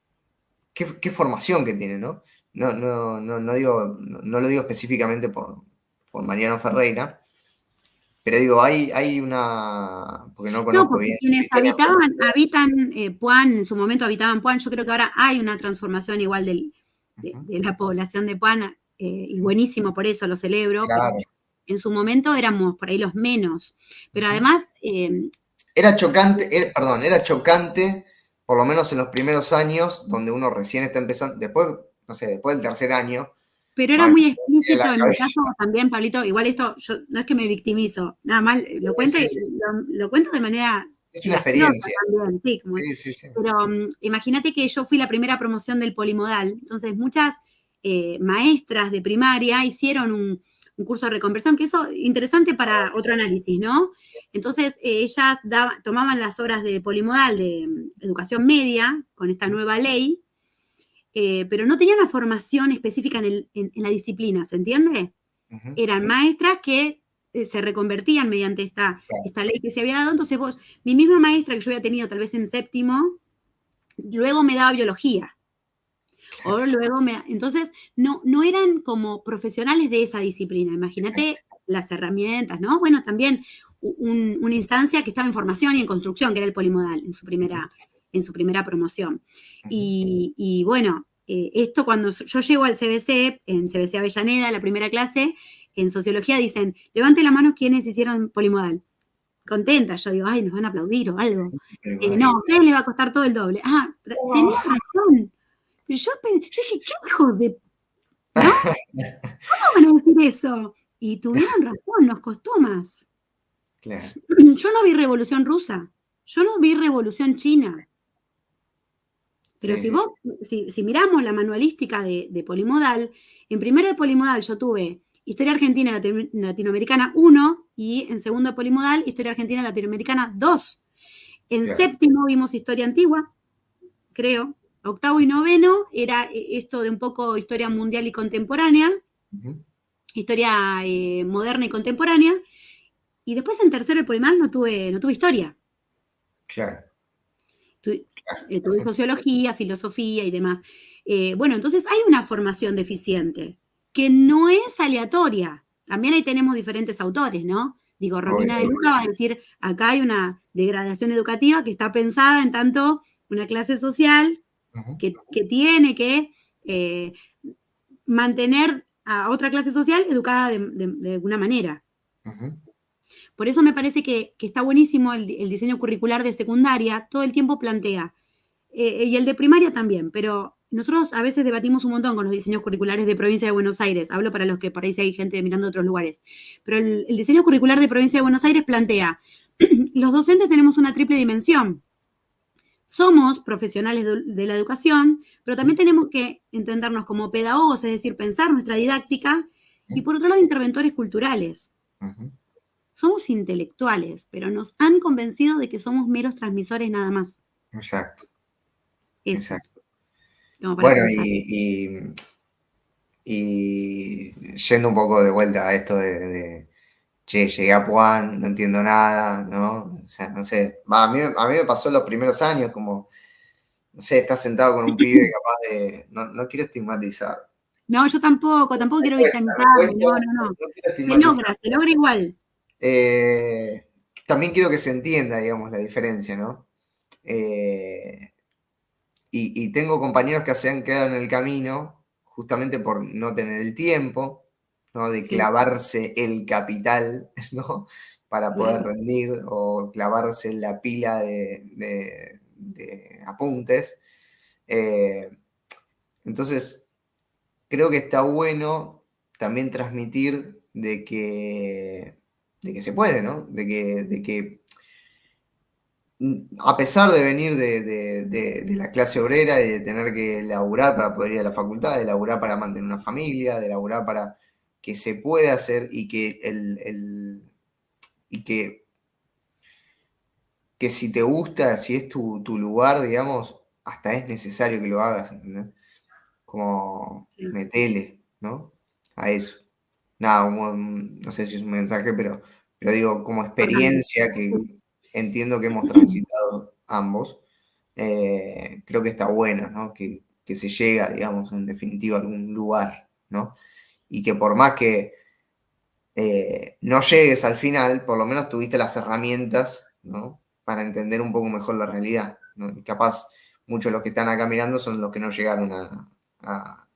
qué, qué formación que tiene, ¿no? No, no, no, no digo, no, no lo digo específicamente por, por Mariano Ferreira, pero digo, hay, hay una, porque no no, conozco porque bien la quienes historia de habitaban, Ferreira. habitan eh, Puan, en su momento habitaban Puan, yo creo que ahora hay una transformación igual del, de, Ujú, de la población de Puan, eh, y buenísimo por eso lo celebro, claro. pero en su momento éramos por ahí los menos. Pero Ujú. además, eh, Era chocante, era- perdón, era chocante, por lo menos en los primeros años, donde uno recién está empezando, después, no sé, después del tercer año, pero era bueno, muy tiene la explícito en mi cabeza. caso también, Pablito, igual esto, yo no es que me victimizo, nada más lo cuento, Sí, sí, sí. lo, lo cuento de manera Es una graciosa experiencia. también, sí, como, Sí, sí, sí. pero um, imagínate que yo fui la primera promoción del polimodal, entonces muchas eh, maestras de primaria hicieron un, un, curso de reconversión, que eso interesante para otro análisis, ¿no? Entonces eh, ellas daba, tomaban las horas de polimodal de um, educación media con esta nueva ley, eh, pero no tenían una formación específica en, el, en, en la disciplina, ¿se entiende? Ujú, Eran maestras que eh, se reconvertían mediante esta, claro, esta ley que se había dado. Entonces vos, mi misma maestra que yo había tenido tal vez en séptimo, luego me daba biología. O claro. luego me, entonces, no, no eran como profesionales de esa disciplina. Imagínate Sí. las herramientas, ¿no? Bueno, también un, una instancia que estaba en formación y en construcción, que era el polimodal en su Ujú, primera, en su primera promoción. ujú. Y, y bueno, eh, esto cuando yo llego al C B C, en C B C Avellaneda, la primera clase, en sociología dicen, levante la mano quienes hicieron polimodal. Contenta, yo digo, ay, nos van a aplaudir o algo. Pero Eh, no, bueno. a ustedes les va a costar todo el doble. Ah, tenés razón. Pero yo, yo dije, ¿qué hijo de...? ¿No? ¿Cómo van a decir eso? Y tuvieron razón, nos costó más. Claro, Yo no vi Revolución Rusa, yo no vi Revolución China. Pero sí, si sí, vos, si, si miramos la manualística de, de Polimodal, en primero de Polimodal yo tuve Historia Argentina Latinoamericana uno y en segundo de Polimodal Historia Argentina Latinoamericana dos. En claro. séptimo vimos Historia Antigua, creo. Octavo y noveno era esto de un poco historia mundial y contemporánea, Ujú, historia eh, moderna y contemporánea. Y después en tercero de Polimodal no tuve, no tuve historia. claro, Tu, claro. eh, tuve sociología, filosofía y demás. Eh, bueno, entonces hay una formación deficiente que no es aleatoria. También ahí tenemos diferentes autores, ¿no? Digo, Romina Obvio. de Luca va a decir, acá hay una degradación educativa que está pensada en tanto una clase social Ujú, que, que tiene que eh, mantener a otra clase social educada de, de, de alguna manera. ujú. Por eso me parece que, que está buenísimo el, el, diseño curricular de secundaria, todo el tiempo plantea, eh, y el de primaria también, pero nosotros a veces debatimos un montón con los diseños curriculares de provincia de Buenos Aires, hablo para los que por ahí sí hay gente mirando de otros lugares, pero el, el diseño curricular de provincia de Buenos Aires plantea, los docentes tenemos una triple dimensión, somos profesionales de, de la educación, pero también tenemos que entendernos como pedagogos, es decir, pensar nuestra didáctica, y por otro lado, interventores culturales. Ujú. Somos intelectuales, pero nos han convencido de que somos meros transmisores nada más. Exacto, Eso, exacto. como para Bueno, pensar. y, y, y yendo un poco de vuelta a esto de, de- che, llegué a Puan, no entiendo nada, ¿no? O sea, no sé, va, a mí, a mí me pasó los primeros años como, no sé, estás sentado con un pibe capaz de, no, no quiero estigmatizar. No, yo tampoco, tampoco Me quiero cuesta, me victimizarme, cuesta, no, no, no. no quiero Se estigmatizar. logra, se logra igual. Eh, también quiero que se entienda, digamos, la diferencia, ¿no? Eh, y, y tengo compañeros que se han quedado en el camino justamente por no tener el tiempo, ¿no? De Sí, clavarse el capital, ¿no? Para poder claro. rendir o clavarse la pila de, de- de apuntes. Eh, entonces, creo que está bueno también transmitir de que, de que se puede, ¿no? De que, de que a pesar de venir de, de- de- de la clase obrera y de tener que laburar para poder ir a la facultad, de laburar para mantener una familia, de laburar para que se pueda hacer y que el, el- y que, que si te gusta, si es tu, tu lugar, digamos, hasta es necesario que lo hagas, ¿entendés? Como Sí, metele, ¿no? A eso. Nada, un- no sé si es un mensaje, pero, pero digo, como importante. experiencia que entiendo que hemos transitado ambos, eh, creo que está bueno, ¿no? Que, que se llega, digamos, en definitiva a algún lugar, ¿no? Y que por más que eh, no llegues al final, por lo menos tuviste las herramientas, ¿no? Para entender un poco mejor la realidad, ¿no? Y capaz muchos de los que están acá mirando son los que no llegaron a, a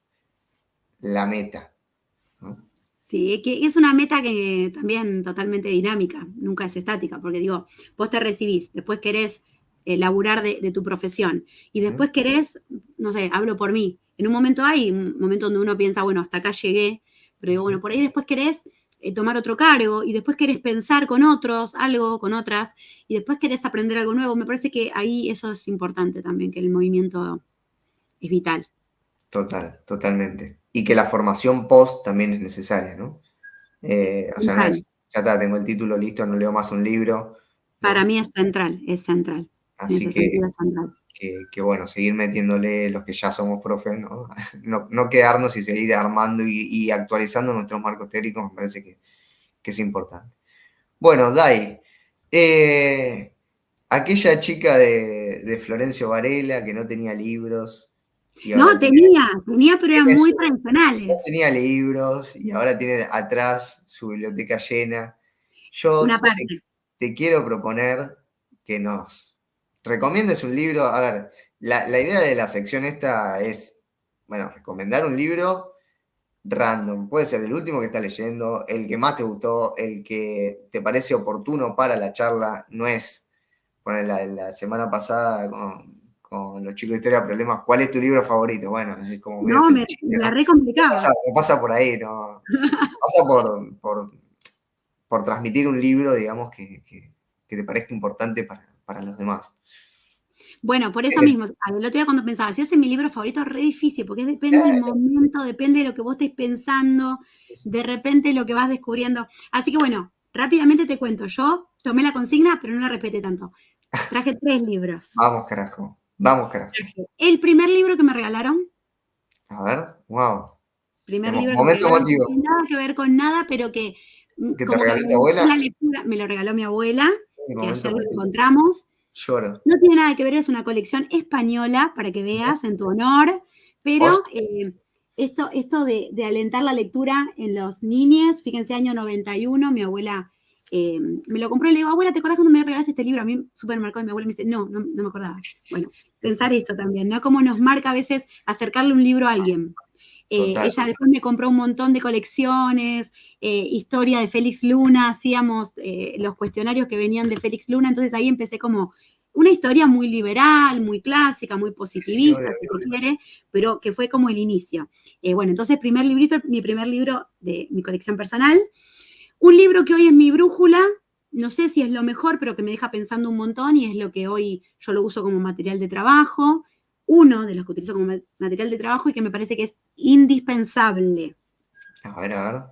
la meta, ¿no? Sí, es que es una meta que también totalmente dinámica, nunca es estática, porque digo, vos te recibís, después querés eh, laburar de, de tu profesión y ¿Mm? después querés, no sé, hablo por mí, en un momento hay un momento donde uno piensa, bueno, hasta acá llegué, pero digo, bueno, por ahí después querés eh, tomar otro cargo y después querés pensar con otros, algo con otras, y después querés aprender algo nuevo. Me parece que ahí eso es importante también, que el movimiento es vital. Total, totalmente. Y que la formación post también es necesaria, ¿no? Eh, o sea, no Central. es, ya está, tengo el título listo, no leo más un libro, Para ¿no? mí es central, es central. En Así ese que, sentido es central. que, que, bueno, seguir metiéndole los que ya somos profes, ¿no? No, no quedarnos y seguir armando y, y actualizando nuestros marcos teóricos, me parece que, que es importante. Bueno, Dai, eh, aquella chica de, de Florencio Varela que no tenía libros y No, ahora tiene, tenía, tenía, pero eran tiene muy su, no tradicionales. tenía libros y ahora tiene atrás su biblioteca llena. Yo Una te, parte. te quiero proponer que nos recomiendes un libro. A ver, la, la idea de la sección esta es, bueno, recomendar un libro random. Puede ser el último que estás leyendo, el que más te gustó, el que te parece oportuno para la charla. No es, poner la, la semana pasada con, con los chicos de Historia de Problemas, ¿cuál es tu libro favorito? Bueno, es como medio No, me, fetichista, me la ¿no? re No pasa, complicabas. no pasa por ahí, no. Pasa por, por, por transmitir un libro, digamos, que, que, que te parezca importante para, para los demás. Bueno, por eso Eh, mismo, el otro día cuando pensaba, si ese es mi libro favorito, es re difícil, porque depende del eh, momento, depende de lo que vos estés pensando, de repente lo que vas descubriendo. Así que bueno, rápidamente te cuento, yo tomé la consigna, pero no la respeté tanto. Traje tres Vamos, libros. carajo. Vamos, carajo. El primer libro que me regalaron, A ver, wow. primer libro que me Momento regalaron, que no emotivo. tiene nada que ver con nada, pero que mm, ¿Que te como que regaló me tu gustó la abuela? lectura, me lo regaló mi abuela, Un que momento ayer lo emotivo. encontramos. Lloro. No tiene nada que ver, es una colección española, para que veas, en tu honor, pero Post, eh, esto, esto de, de, alentar la lectura en los niños, fíjense, año noventa y uno, mi abuela eh, me lo compró y le digo, abuela, ¿te acuerdas cuando me regalaste este libro? A mí súper marcado y mi abuela me dice, no, no, no me acordaba. Bueno, pensar esto también, ¿no? Cómo nos marca a veces acercarle un libro a alguien. Eh, total. ella después me compró un montón de colecciones, eh, historia de Félix Luna, hacíamos eh, los cuestionarios que venían de Félix Luna, entonces ahí empecé como una historia muy liberal, muy clásica, muy Sí, obvio. positivista, si se quiere, pero que fue como el inicio. Eh, bueno, entonces primer librito, mi primer libro de mi colección personal, un libro que hoy es mi brújula, no sé si es lo mejor, pero que me deja pensando un montón y es lo que hoy yo lo uso como material de trabajo, uno de los que utilizo como material de trabajo y que me parece que es indispensable. A ver, a ver.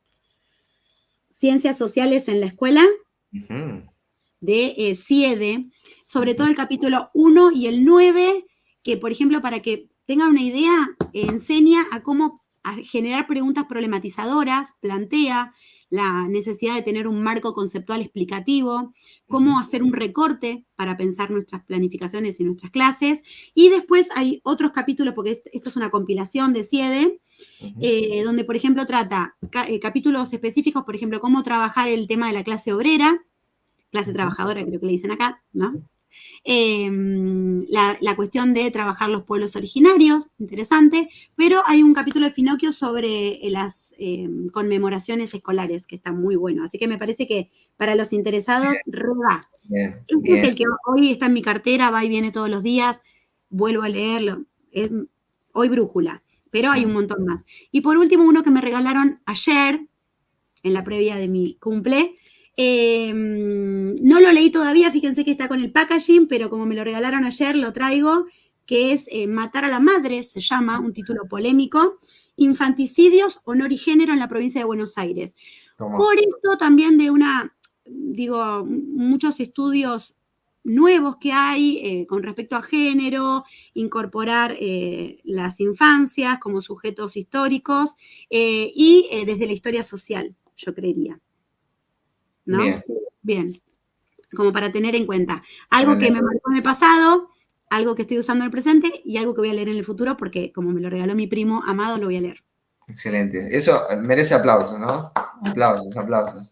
Ciencias sociales en la escuela, Ujú, de eh, CIEDE, sobre ujú. todo el capítulo uno y el nueve, que por ejemplo, para que tengan una idea, eh, enseña a cómo a generar preguntas problematizadoras, plantea la necesidad de tener un marco conceptual explicativo, cómo hacer un recorte para pensar nuestras planificaciones y nuestras clases. Y después hay otros capítulos, porque esto es una compilación de CIEDE, uh-huh. eh, donde, por ejemplo, trata ca- eh, capítulos específicos, por ejemplo, cómo trabajar el tema de la clase obrera, clase uh-huh. trabajadora, creo que le dicen acá, ¿no? Eh, la, la cuestión de trabajar los pueblos originarios, interesante, pero hay un capítulo de Finocchio sobre las eh, conmemoraciones escolares, que está muy bueno, así que me parece que para los interesados, reba. Este es el que hoy está en mi cartera, va y viene todos los días, vuelvo a leerlo, es, hoy brújula, pero hay un montón más. Y por último, uno que me regalaron ayer, en la previa de mi cumple, Eh, no lo leí todavía, fíjense que está con el packaging, pero como me lo regalaron ayer, lo traigo, que es eh, Matar a la Madre, se llama, un título polémico, Infanticidios, Honor y Género en la provincia de Buenos Aires. ¿Cómo? Por esto también de una, digo, muchos estudios nuevos que hay eh, con respecto a género, incorporar eh, las infancias como sujetos históricos eh, y eh, desde la historia social, yo creería. ¿No? Bien. Bien. Como para tener en cuenta. Algo vale. que me marcó en el pasado, algo que estoy usando en el presente y algo que voy a leer en el futuro porque como me lo regaló mi primo amado, lo voy a leer. Excelente. Eso merece aplausos, ¿no? Aplausos, aplausos.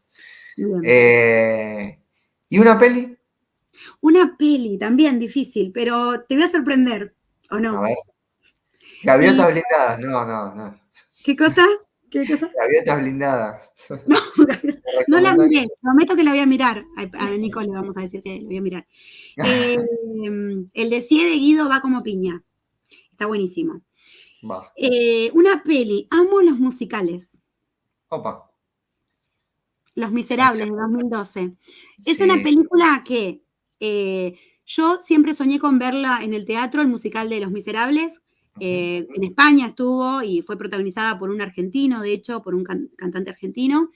Eh, ¿Y una peli? Una peli, también difícil, pero te voy a sorprender, ¿o no? A ver. Gaviotas y... blindadas, no, no, no. ¿Qué cosa? ¿Qué cosa? Gaviotas blindadas. No, no la miré, prometo que la voy a mirar. A, a Nico le vamos a decir que la voy a mirar. Eh, el de CIEDE Guido va como piña. Está buenísimo. Va. Eh, una peli, amo los musicales. Opa. Los Miserables de dos mil doce. Sí. Es una película que eh, yo siempre soñé con verla en el teatro, el musical de Los Miserables. Eh, en España estuvo y fue protagonizada por un argentino, de hecho, por un can- cantante argentino.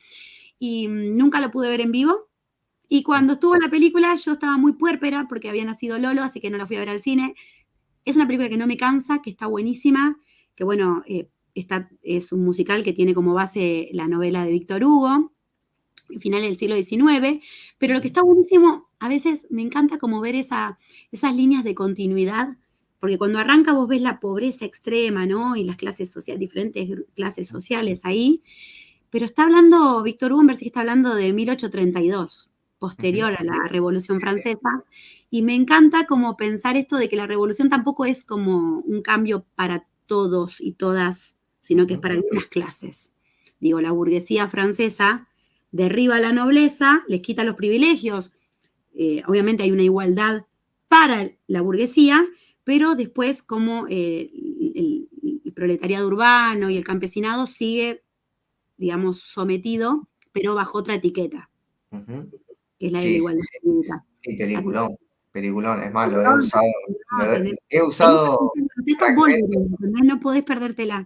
Y mmm, nunca lo pude ver en vivo. Y cuando estuvo en la película, yo estaba muy puérpera porque había nacido Lolo, así que no la fui a ver al cine. Es una película que no me cansa, que está buenísima, que bueno, eh, está, es un musical que tiene como base la novela de Víctor Hugo, final del siglo diecinueve, pero lo que está buenísimo, a veces me encanta como ver esa, esas líneas de continuidad, porque cuando arranca vos ves la pobreza extrema, ¿no? Y las clases sociales, diferentes clases sociales ahí, pero está hablando, Víctor Hugo, me parece que está hablando de mil ochocientos treinta y dos, posterior a la Revolución Francesa, y me encanta como pensar esto de que la revolución tampoco es como un cambio para todos y todas, sino que es para algunas clases. Digo, la burguesía francesa derriba a la nobleza, les quita los privilegios, eh, obviamente hay una igualdad para la burguesía, pero después como eh, el, el proletariado urbano y el campesinado sigue, digamos, sometido, pero bajo otra etiqueta, uh-huh. que es la sí, de la igualdad. Sí, sí. sí peliculón, peliculón, es más, lo he usado, no, lo he, he usado fragmentos, no podés perdértela.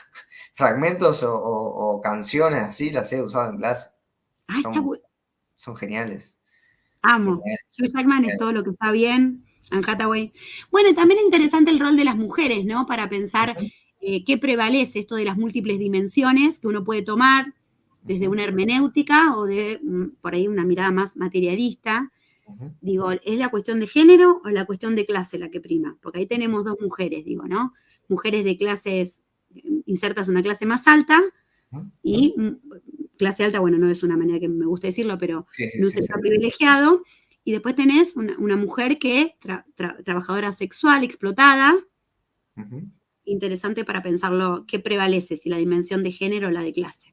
Fragmentos o, o, o canciones así, las he usado en clase. Ah, son, está bueno. Son geniales. Amo. Hugh Jackman es todo lo que está bien. Anne Hathaway. Bueno, también es interesante el rol de las mujeres, ¿no? Para pensar uh-huh. eh, qué prevalece esto de las múltiples dimensiones que uno puede tomar desde uh-huh. una hermenéutica o de, por ahí, una mirada más materialista. Uh-huh. Digo, ¿es la cuestión de género o la cuestión de clase la que prima? Porque ahí tenemos dos mujeres, digo, ¿no? Mujeres de clases, insertas una clase más alta uh-huh. y clase alta, bueno, no es una manera que me gusta decirlo, pero sí, sí, en un sector sí, privilegiado. Y después tenés una, una mujer que, tra, tra, trabajadora sexual, explotada. Uh-huh. Interesante para pensarlo, ¿qué prevalece? Si la dimensión de género o la de clase.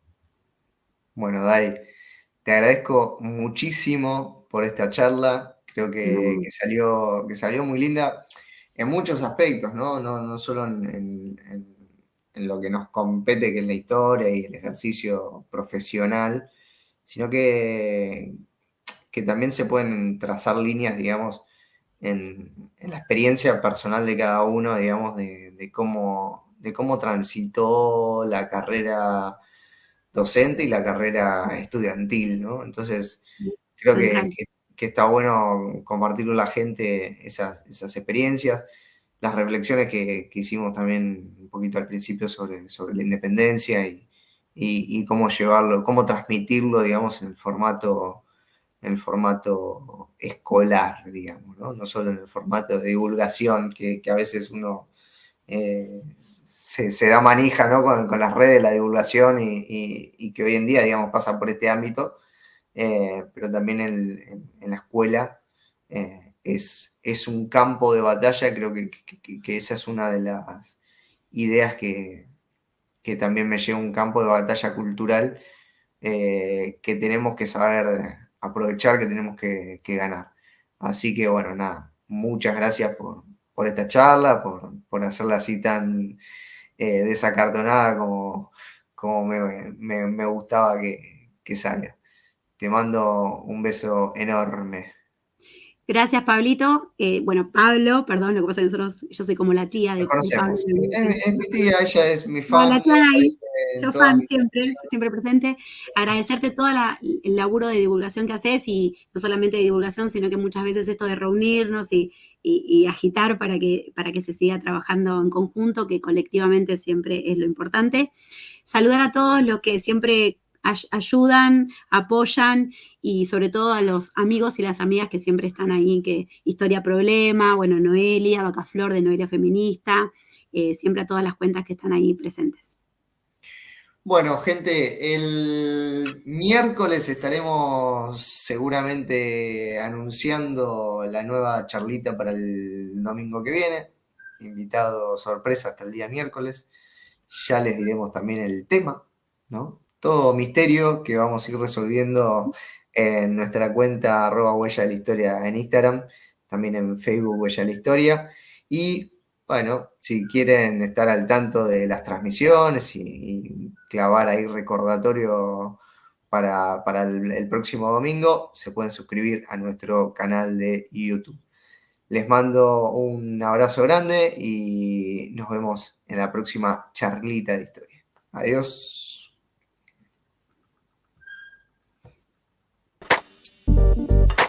Bueno, Dai, te agradezco muchísimo por esta charla. Creo que, uh-huh. que, salió, que salió muy linda en muchos aspectos, ¿no? No, no solo en, en, en, en lo que nos compete, que es la historia y el ejercicio profesional, sino que, que también se pueden trazar líneas, digamos, en, en la experiencia personal de cada uno, digamos, de, de, cómo, de cómo transitó la carrera docente y la carrera estudiantil, ¿no? Entonces, sí, creo que, que, que está bueno compartir con la gente esas, esas experiencias, las reflexiones que, que hicimos también un poquito al principio sobre, sobre la independencia y, y, y cómo llevarlo, cómo transmitirlo, digamos, en el formato, en el formato escolar, digamos, ¿no? No solo en el formato de divulgación que, que a veces uno eh, se, se, da manija, ¿no? con, con, las redes, la divulgación y, y, y, que hoy en día, digamos, pasa por este ámbito, eh, pero también en, en, en la escuela eh, es, es un campo de batalla. Creo que, que, que esa es una de las ideas que, que también me lleva a un campo de batalla cultural eh, que tenemos que saber aprovechar, que tenemos que, que ganar. Así que bueno, nada, muchas gracias por, por esta charla, por, por hacerla así tan eh, desacartonada como, como me, me, me gustaba que, que salga. Te mando un beso enorme. Gracias, Pablito. Eh, bueno, Pablo, perdón, lo que pasa es que nosotros, yo soy como la tía de, Lo de Pablo. conocemos. Es, es mi tía, ella es mi No, fan. la tía de ahí, yo Toda fan mi... siempre, siempre presente. Agradecerte todo la, el laburo de divulgación que haces y no solamente de divulgación, sino que muchas veces esto de reunirnos y, y, y agitar para que, para que se siga trabajando en conjunto, que colectivamente siempre es lo importante. Saludar a todos los que siempre ayudan, apoyan y sobre todo a los amigos y las amigas que siempre están ahí, que Historia Problema, bueno, Noelia, Vacaflor de Noelia Feminista, eh, siempre a todas las cuentas que están ahí presentes. Bueno, gente, el miércoles estaremos seguramente anunciando la nueva charlita para el domingo que viene. Invitado sorpresa hasta el día miércoles. Ya les diremos también el tema, ¿no? Todo misterio que vamos a ir resolviendo en nuestra cuenta arroba huella de la historia en Instagram, también en Facebook huella de la historia. Y bueno, si quieren estar al tanto de las transmisiones y, y clavar ahí recordatorio para, para el, el próximo domingo, se pueden suscribir a nuestro canal de YouTube. Les mando un abrazo grande y nos vemos en la próxima charlita de historia. Adiós.